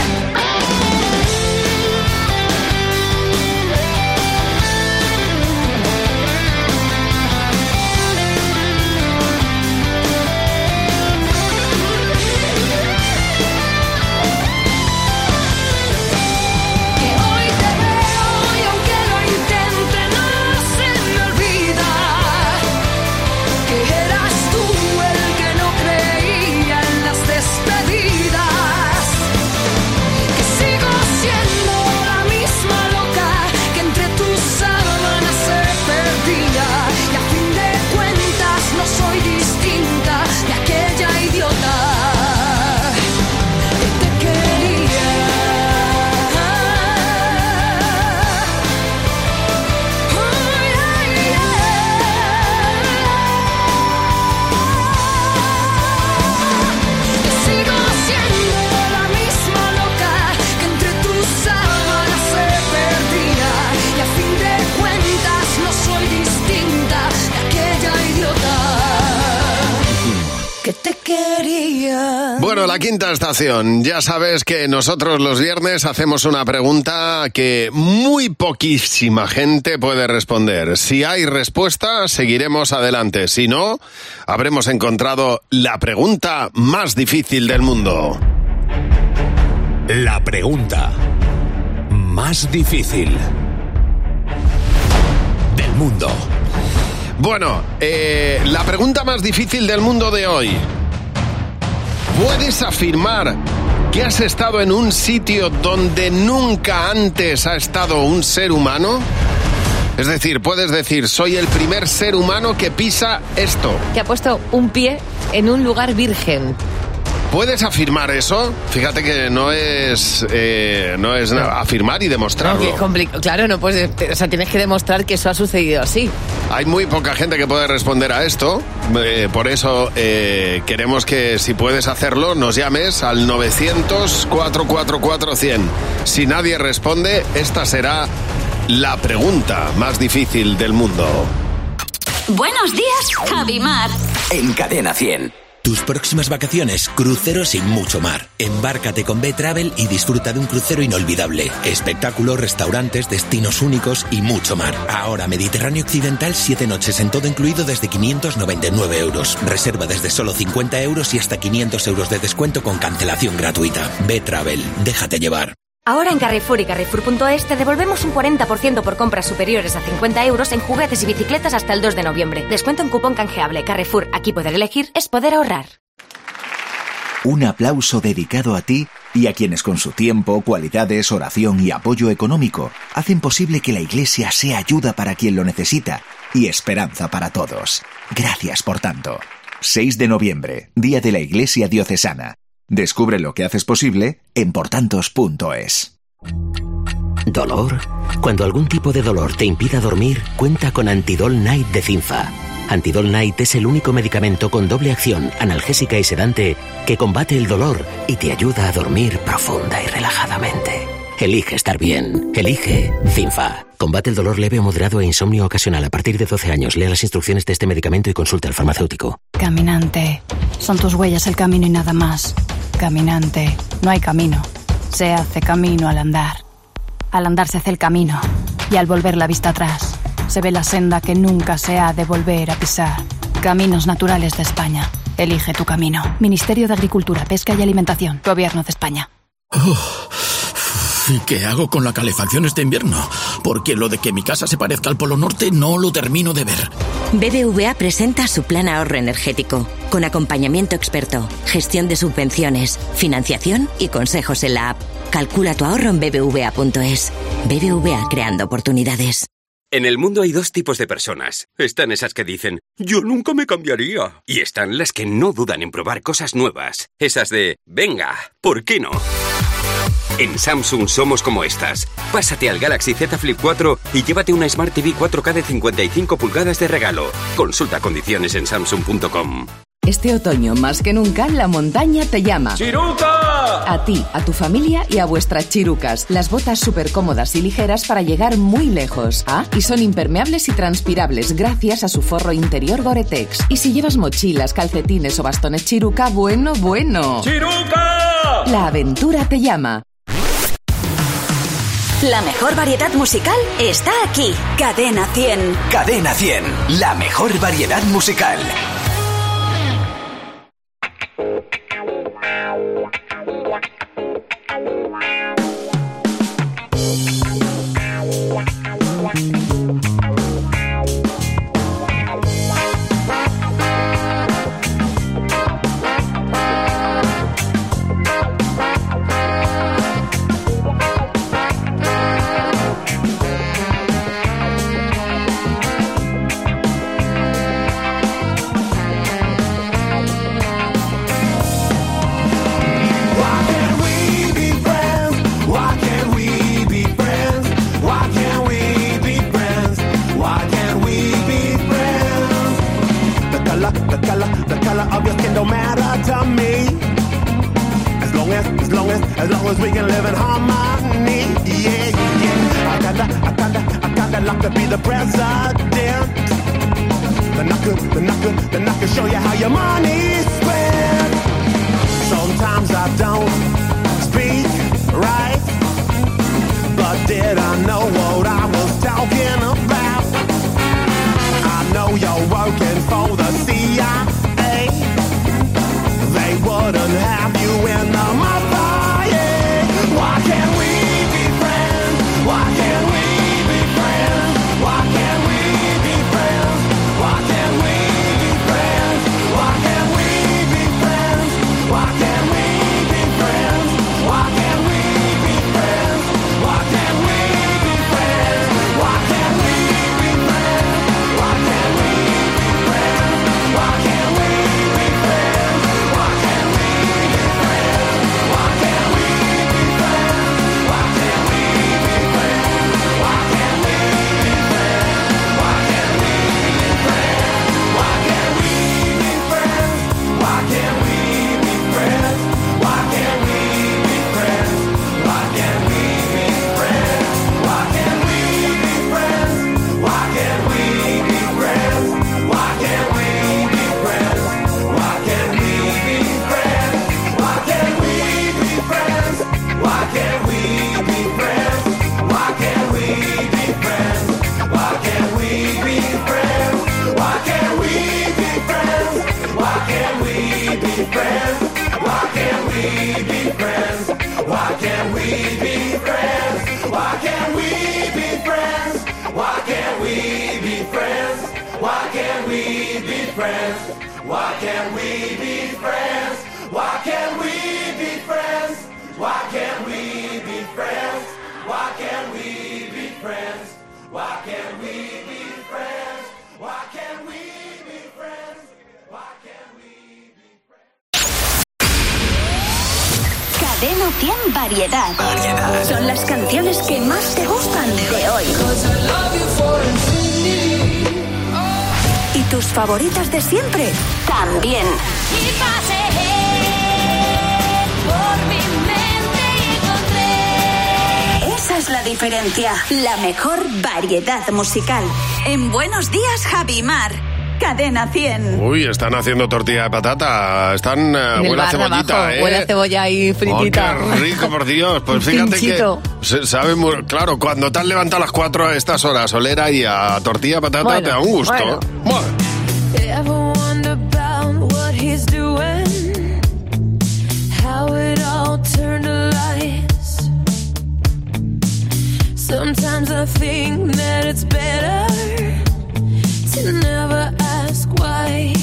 Que hoy te veo y aunque lo intente no se me olvida que eras tú el que no creía en las despedidas, que sigo siendo la misma loca que entre tus sábanas se perdía, y a fin de cuentas no soy distinta de aquella idiota que te quería. Sigo siendo la misma loca que entre tus sábanas se perdía, y a fin de cuentas no soy distinta de aquella idiota que te quería. Bueno, la quinta estación. Ya sabes que nosotros los viernes hacemos una pregunta que muy poquísima gente puede responder. Si hay respuesta, seguiremos adelante. Si no, habremos encontrado la pregunta más difícil del mundo. La pregunta más difícil del mundo. Bueno, eh, la pregunta más difícil del mundo de hoy. ¿Puedes afirmar que has estado en un sitio donde nunca antes ha estado un ser humano? Es decir, puedes decir, soy el primer ser humano que pisa esto. Que ha puesto un pie en un lugar virgen. ¿Puedes afirmar eso? Fíjate que no es eh, no es nada, afirmar y demostrarlo. No, que es complicado. Claro, no puedes, o sea, tienes que demostrar que eso ha sucedido así. Hay muy poca gente que puede responder a esto, eh, por eso eh, queremos que si puedes hacerlo nos llames al novecientos, cuatrocientos cuarenta y cuatro, cien. Si nadie responde, esta será la pregunta más difícil del mundo. Buenos días, Javi Mar. En Cadena cien. Tus próximas vacaciones, cruceros y mucho mar. Embárcate con B-Travel y disfruta de un crucero inolvidable. Espectáculos, restaurantes, destinos únicos y mucho mar. Ahora Mediterráneo Occidental, siete noches en todo incluido desde quinientos noventa y nueve euros. Reserva desde solo cincuenta euros y hasta quinientos euros de descuento con cancelación gratuita. B-Travel, déjate llevar. Ahora en Carrefour y Carrefour punto es te devolvemos un cuarenta por ciento por compras superiores a cincuenta euros en juguetes y bicicletas hasta el dos de noviembre. Descuento en cupón canjeable. Carrefour, aquí poder elegir es poder ahorrar. Un aplauso dedicado a ti y a quienes con su tiempo, cualidades, oración y apoyo económico hacen posible que la Iglesia sea ayuda para quien lo necesita y esperanza para todos. Gracias por tanto. seis de noviembre, Día de la Iglesia Diocesana. Descubre lo que haces posible en portantos punto es. ¿Dolor? Cuando algún tipo de dolor te impida dormir, cuenta con Antidol Night de Cinfa. Antidol Night es el único medicamento con doble acción, analgésica y sedante, que combate el dolor y te ayuda a dormir profunda y relajadamente. Elige estar bien. Elige Cinfa. Combate el dolor leve o moderado e insomnio ocasional a partir de doce años. Lea las instrucciones de este medicamento y consulte al farmacéutico. Caminante, son tus huellas el camino y nada más. Caminante, no hay camino. Se hace camino al andar. Al andar se hace el camino. Y al volver la vista atrás, se ve la senda que nunca se ha de volver a pisar. Caminos Naturales de España. Elige tu camino. Ministerio de Agricultura, Pesca y Alimentación. Gobierno de España. Oh. ¿Y qué hago con la calefacción este invierno? Porque lo de que mi casa se parezca al Polo Norte no lo termino de ver. B B V A presenta su plan ahorro energético, con acompañamiento experto, gestión de subvenciones, financiación y consejos en la app. Calcula tu ahorro en b b v a punto es. B B V A, creando oportunidades. En el mundo hay dos tipos de personas. Están esas que dicen, yo nunca me cambiaría. Y están las que no dudan en probar cosas nuevas. Esas de, venga, ¿por qué no? En Samsung somos como estas. Pásate al Galaxy Z Flip cuatro y llévate una Smart T V cuatro K de cincuenta y cinco pulgadas de regalo. Consulta condiciones en samsung punto com. Este otoño, más que nunca, la montaña te llama. ¡Chiruca! A ti, a tu familia y a vuestras chirucas. Las botas súper cómodas y ligeras para llegar muy lejos. Ah, y son impermeables y transpirables gracias a su forro interior Gore-Tex. Y si llevas mochilas, calcetines o bastones chiruca, bueno, bueno. ¡Chiruca! La aventura te llama. La mejor variedad musical está aquí. Cadena cien. Cadena cien, la mejor variedad musical. friends? Why can't we be friends? Why can't we be friends? Why can't we be friends? Why can't we be friends? Why can't we be friends? Why can't we be friends? Why can't we be friends? Cadena cien Variedad. Variedad. Son las canciones que más te gustan de hoy. Y tus favoritas de siempre también. Esa es la diferencia. La mejor variedad musical. En Buenos Días, Javi y Mar. Cadena cien. Uy, están haciendo tortilla de patata. Están, uh, En el huele a bar de cebollita, abajo, ¿eh? huele a cebolla ahí fritita. Oh, qué rico, por Dios. Pues fíjate Pinchito. que se sabe muy... Claro, cuando te has levantado a las cuatro a estas horas, oler ahí a tortilla de patata, Bueno, te da un gusto. bueno. Bueno. Ever wonder about what he's doing? How it all turned to lies. Sometimes I think that it's better to never ask why.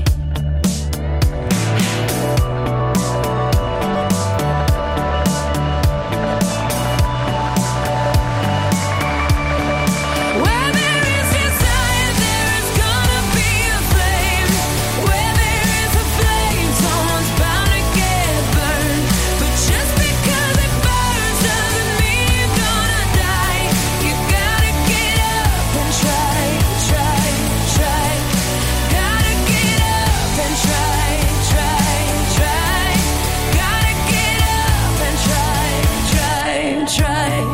Where there is desire, there is gonna be a flame. Where there is a flame, someone's bound to get burned. But just because it burns doesn't mean you're gonna die. You gotta get up and try, try, try. Gotta get up and try, try, try. Gotta get up and try, try, try.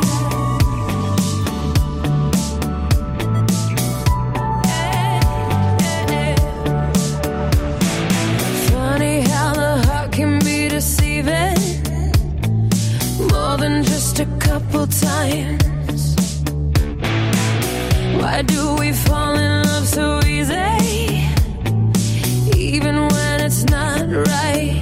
Funny how the heart can be deceiving more than just a couple times. Why do we fall in love so easy, even when it's not right?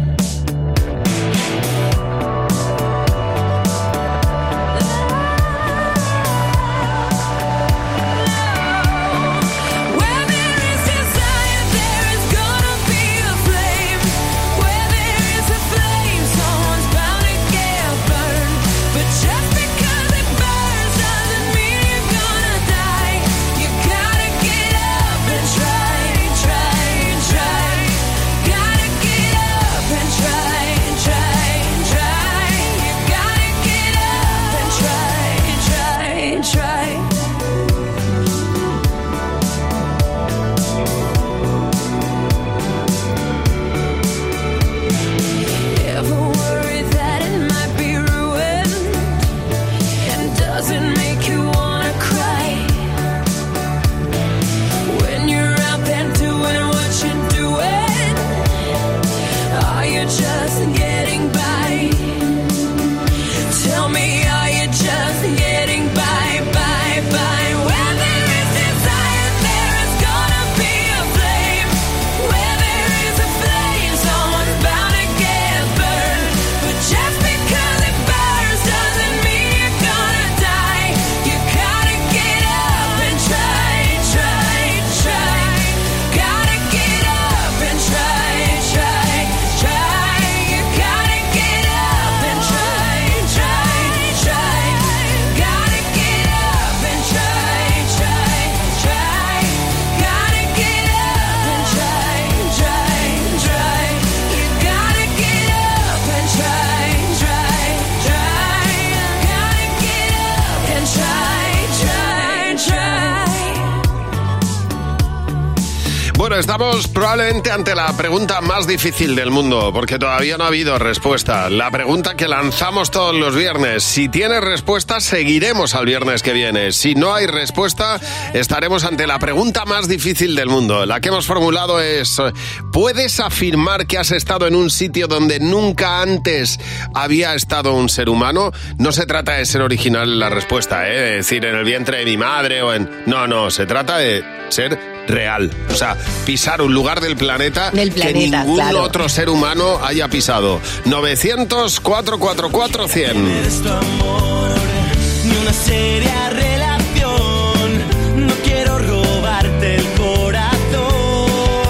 Where there is desire, there is gonna be a flame. Where there is a flame, someone's bound to get burned. But just because it burns doesn't mean you're gonna die. You gotta get up and try, try, try. Gotta get up and try, try, try. You gotta get up and try, try, try. Ever worry that it might be ruined? And does it make you wanna cry? When you're out there doing what you're doing, are you just getting by? Tell me, are you just getting by, by, by? Where there is desire, there is gonna be a flame. Where there is a flame, someone's bound to get burned. But just because it burns doesn't mean you're gonna die. You gotta get up and try, try, try. Gotta get up and try, try, try. You gotta get up and try, try, try. Gotta get up and try, try, try. Gotta get up and try, try, try. You gotta get up and try, try, try. Gotta get up and try, try, try. Bueno, estamos probablemente ante la pregunta más difícil del mundo, porque todavía no ha habido respuesta. La pregunta que lanzamos todos los viernes. Si tiene respuesta, seguiremos al viernes que viene. Si no hay respuesta, estaremos ante la pregunta más difícil del mundo. La que hemos formulado es: ¿puedes afirmar que has estado en un sitio donde nunca antes había estado un ser humano? No se trata de ser original en la respuesta, ¿eh? Es decir, en el vientre de mi madre o en... No, no, se trata de ser real. O sea, pisar un lugar del planeta, Del que planeta, ningún claro. otro ser humano haya pisado. novecientos, cuatrocientos cuarenta y cuatro, cien. Es tu amor, ni una seria relación. No quiero robarte el corazón.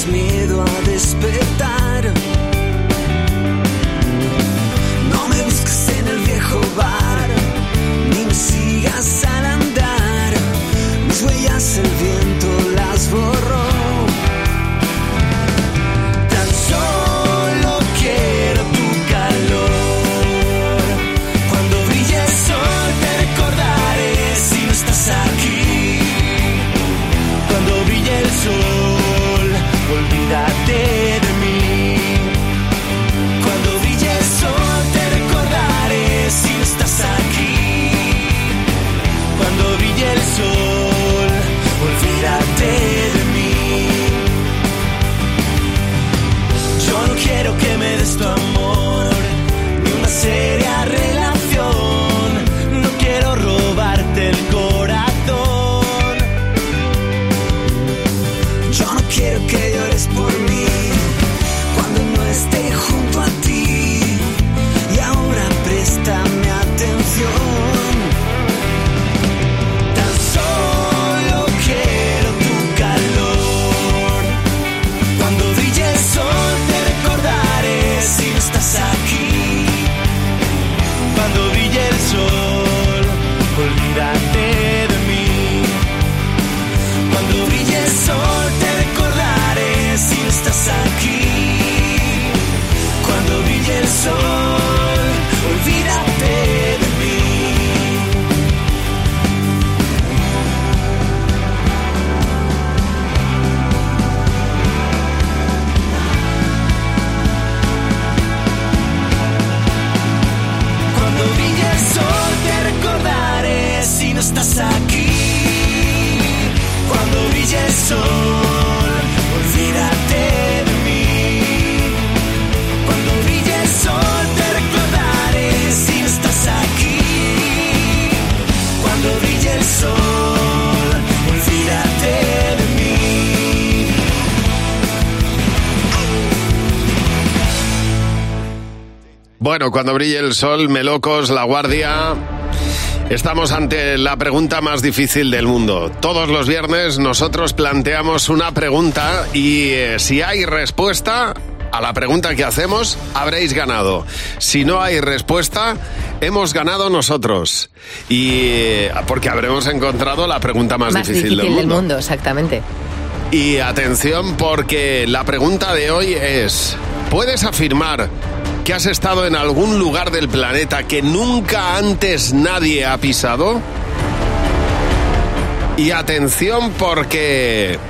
miedo a despertar. No me busques en el viejo bar, ni me sigas al andar. Mis huellas el viento las borró. Tan solo quiero tu calor. Cuando brille el sol te recordaré si no estás aquí. Cuando brille el sol, olvídate de mí. Cuando brille el sol te recordaré si no estás aquí. Cuando brille el sol, olvídate de mí. Yo no quiero que me des tu amor, ni una seria relación. No quiero robarte el corazón. Yo no quiero que llores por mí cuando no esté junto a ti. Y ahora préstame atención. Tan solo quiero tu calor. Cuando brille el sol te recordaré si no estás aquí. Cuando brille el sol, olvídate de mí. Cuando brille el sol te recordaré si no estás aquí. Cuando brille el sol, olvídate de mí. Cuando brille el sol te recordaré si no estás aquí. Cuando brille el sol, olvídate de mí. Cuando brille el sol te recordaré si no estás aquí. Cuando brille el sol, olvídate de mí. Bueno, cuando brille el sol, Melocos, La Guardia. Estamos ante la pregunta más difícil del mundo. Todos los viernes nosotros planteamos una pregunta y eh, si hay respuesta a la pregunta que hacemos, habréis ganado. Si no hay respuesta, hemos ganado nosotros. Y eh, porque habremos encontrado la pregunta más, Más difícil, difícil del del mundo. mundo, exactamente. Y atención, porque la pregunta de hoy es: ¿puedes afirmar que has estado en algún lugar del planeta que nunca antes nadie ha pisado? Y atención, porque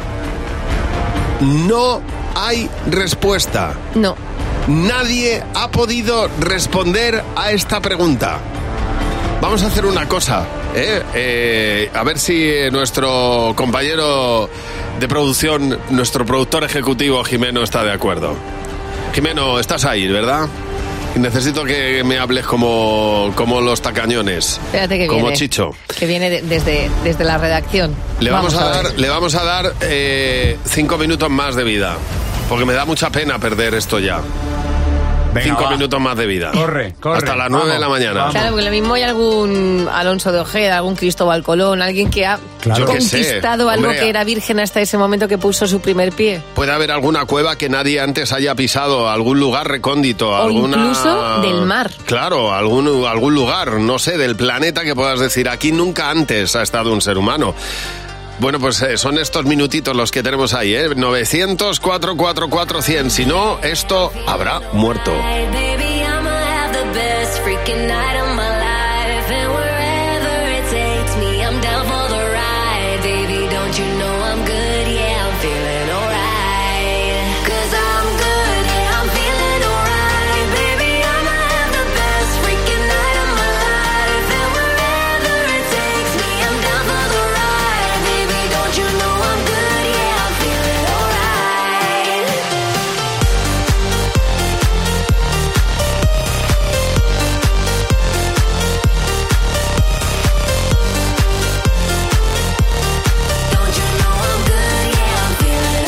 no hay respuesta. No. Nadie ha podido responder a esta pregunta. Vamos a hacer una cosa, ¿eh? Eh, a ver si nuestro compañero de producción, nuestro productor ejecutivo Jimeno, está de acuerdo. Jimeno, estás ahí, ¿verdad? Necesito que me hables como, como los tacañones. Espérate que como viene. Chicho. Que viene de- desde, desde la redacción. Le vamos, a, ver. dar, le vamos a dar eh, cinco minutos más de vida. Porque me da mucha pena perder esto ya. Venga, cinco va. minutos más de vida. Corre, corre. Hasta las nueve de la mañana. Claro, porque lo mismo hay algún Alonso de Ojeda, algún Cristóbal Colón, alguien que ha Claro. Yo qué sé, conquistado algo hombre. que era virgen hasta ese momento que puso su primer pie. Puede haber alguna cueva que nadie antes haya pisado, algún lugar recóndito, O alguna... incluso del mar. Claro, algún, algún lugar, no sé, del planeta que puedas decir, aquí nunca antes ha estado un ser humano. Bueno, pues eh, son estos minutitos los que tenemos ahí, ¿eh? novecientos, cuatro cuatro cuatro, cien. Si no, esto habrá muerto. Baby, I'ma have the best freaking night of my life. And wherever it takes me, I'm down for the ride. Baby, don't you know I'm good? Yeah, I'm feeling alright. 'Cause I'm good, yeah, I'm feeling alright. Baby, I'ma have the best freaking night of my life. And wherever it takes me, I'm down for the ride. Baby, don't you know I'm good? Yeah, I'm feeling alright. Don't you know I'm good? Yeah, I'm feeling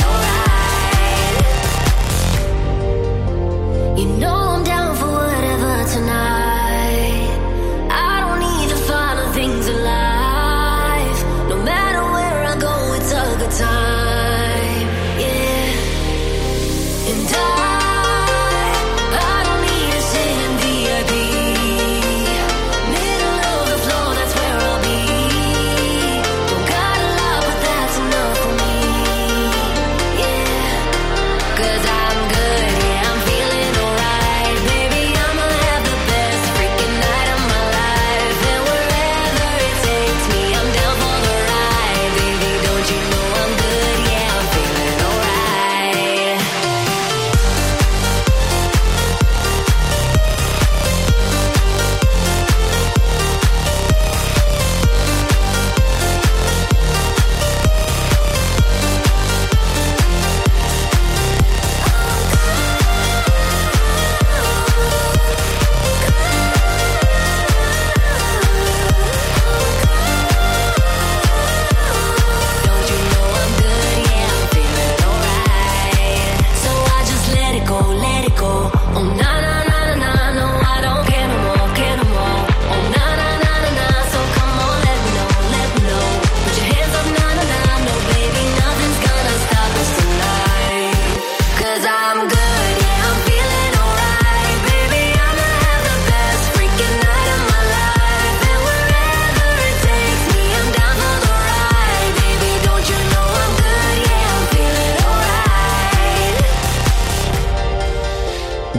alright. You know I'm down for whatever tonight. I don't need the final things in life. No matter where I go, it's a good time. Yeah.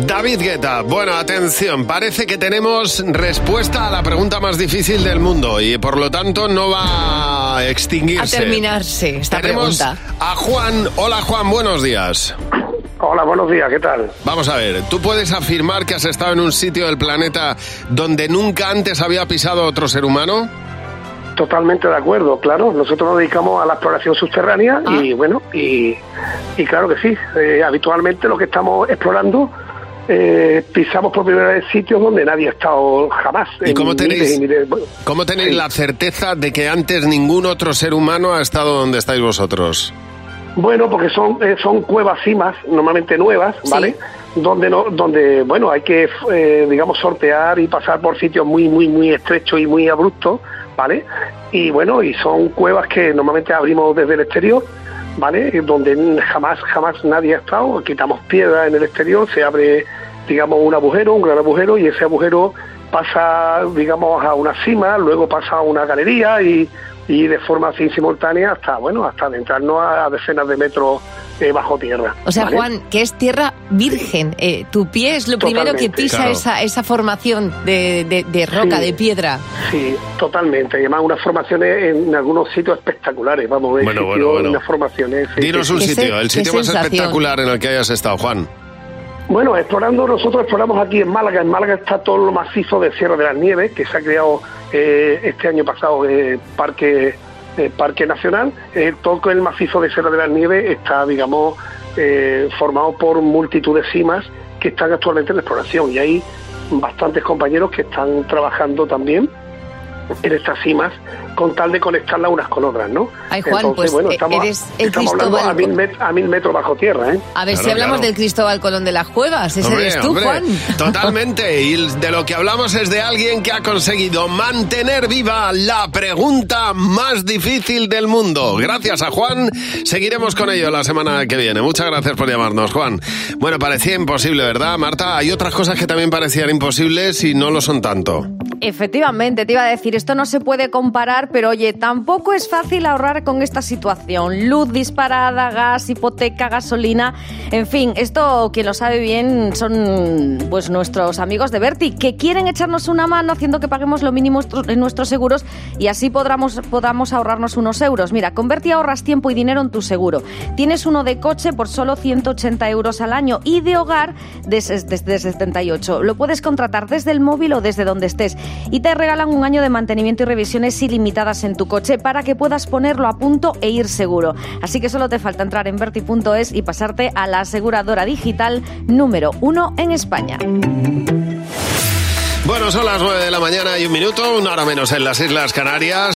David Guetta. Bueno, atención, parece que tenemos respuesta a la pregunta más difícil del mundo y por lo tanto no va a extinguirse. A terminarse esta Tenemos pregunta. a Juan. Hola Juan, buenos días. Hola, buenos días, ¿qué tal? Vamos a ver, ¿tú puedes afirmar que has estado en un sitio del planeta donde nunca antes había pisado otro ser humano? Totalmente de acuerdo, claro. Nosotros nos dedicamos a la exploración subterránea Ah. y bueno, y, y claro que sí. Eh, habitualmente lo que estamos explorando, eh, pisamos por primera vez sitios donde nadie ha estado jamás. ¿Y en cómo miles tenéis, y miles- bueno, cómo tenéis sí. la certeza de que antes ningún otro ser humano ha estado donde estáis vosotros? Bueno, porque son eh, son cuevas cimas, normalmente nuevas, ¿vale? Donde no, donde bueno, hay que eh, digamos sortear y pasar por sitios muy muy muy estrechos y muy abruptos, ¿vale? Y bueno, y son cuevas que normalmente abrimos desde el exterior, ¿vale? Donde jamás jamás nadie ha estado. Quitamos piedra en el exterior, se abre digamos un agujero, un gran agujero, y ese agujero pasa digamos a una cima, luego pasa a una galería y y de forma así simultánea hasta bueno hasta adentrarnos a decenas de metros eh, bajo tierra. O sea, ¿vale? Juan, que es tierra virgen. Eh, tu pie es lo primero que Totalmente. pisa Claro. esa, esa formación de, de, de roca, Sí. de piedra. Sí, totalmente. Y además unas formaciones en algunos sitios espectaculares. Vamos a ver, Bueno, sitios, bueno, bueno. unas formaciones. sí, Dinos sí, un sí. sitio, el sitio más espectacular en el que hayas estado, Juan. Bueno, explorando, nosotros exploramos aquí en Málaga. En Málaga está todo lo macizo de Sierra de las Nieves, que se ha creado eh, este año pasado eh, parque eh, parque nacional. Eh, todo el macizo de Sierra de las Nieves está, digamos, eh, formado por multitud de cimas que están actualmente en exploración. Y hay bastantes compañeros que están trabajando también en estas cimas con tal de conectarlas unas con otras, ¿no? Ay, Juan, pues, bueno, eh, estamos, eres el estamos hablando a Cristóbal. mil, met- a mil metros bajo tierra, ¿eh? A ver Claro, si hablamos claro. del Cristóbal Colón de las Cuevas. Ese Hombre, eres tú, hombre, Juan. Totalmente. Y de lo que hablamos es de alguien que ha conseguido mantener viva la pregunta más difícil del mundo. Gracias a Juan. Seguiremos con ello la semana que viene. Muchas gracias por llamarnos, Juan. Bueno, parecía imposible, ¿verdad, Marta? Hay otras cosas que también parecían imposibles y no lo son tanto. Efectivamente, te iba a decir, esto no se puede comparar, pero oye, tampoco es fácil ahorrar con esta situación. Luz disparada, gas, hipoteca, gasolina, en fin, esto quien lo sabe bien son pues nuestros amigos de Berti, que quieren echarnos una mano haciendo que paguemos lo mínimo en nuestros seguros y así podamos, podamos ahorrarnos unos euros. Mira, con Berti ahorras tiempo y dinero en tu seguro. Tienes uno de coche por solo ciento ochenta euros al año y de hogar desde, desde setenta y ocho. Lo puedes contratar desde el móvil o desde donde estés. Y te regalan un año de mantenimiento y revisiones ilimitadas en tu coche para que puedas ponerlo a punto e ir seguro. Así que solo te falta entrar en Berti punto es y pasarte a la aseguradora digital número uno en España. Bueno, son las nueve de la mañana y un minuto, una hora menos en las Islas Canarias.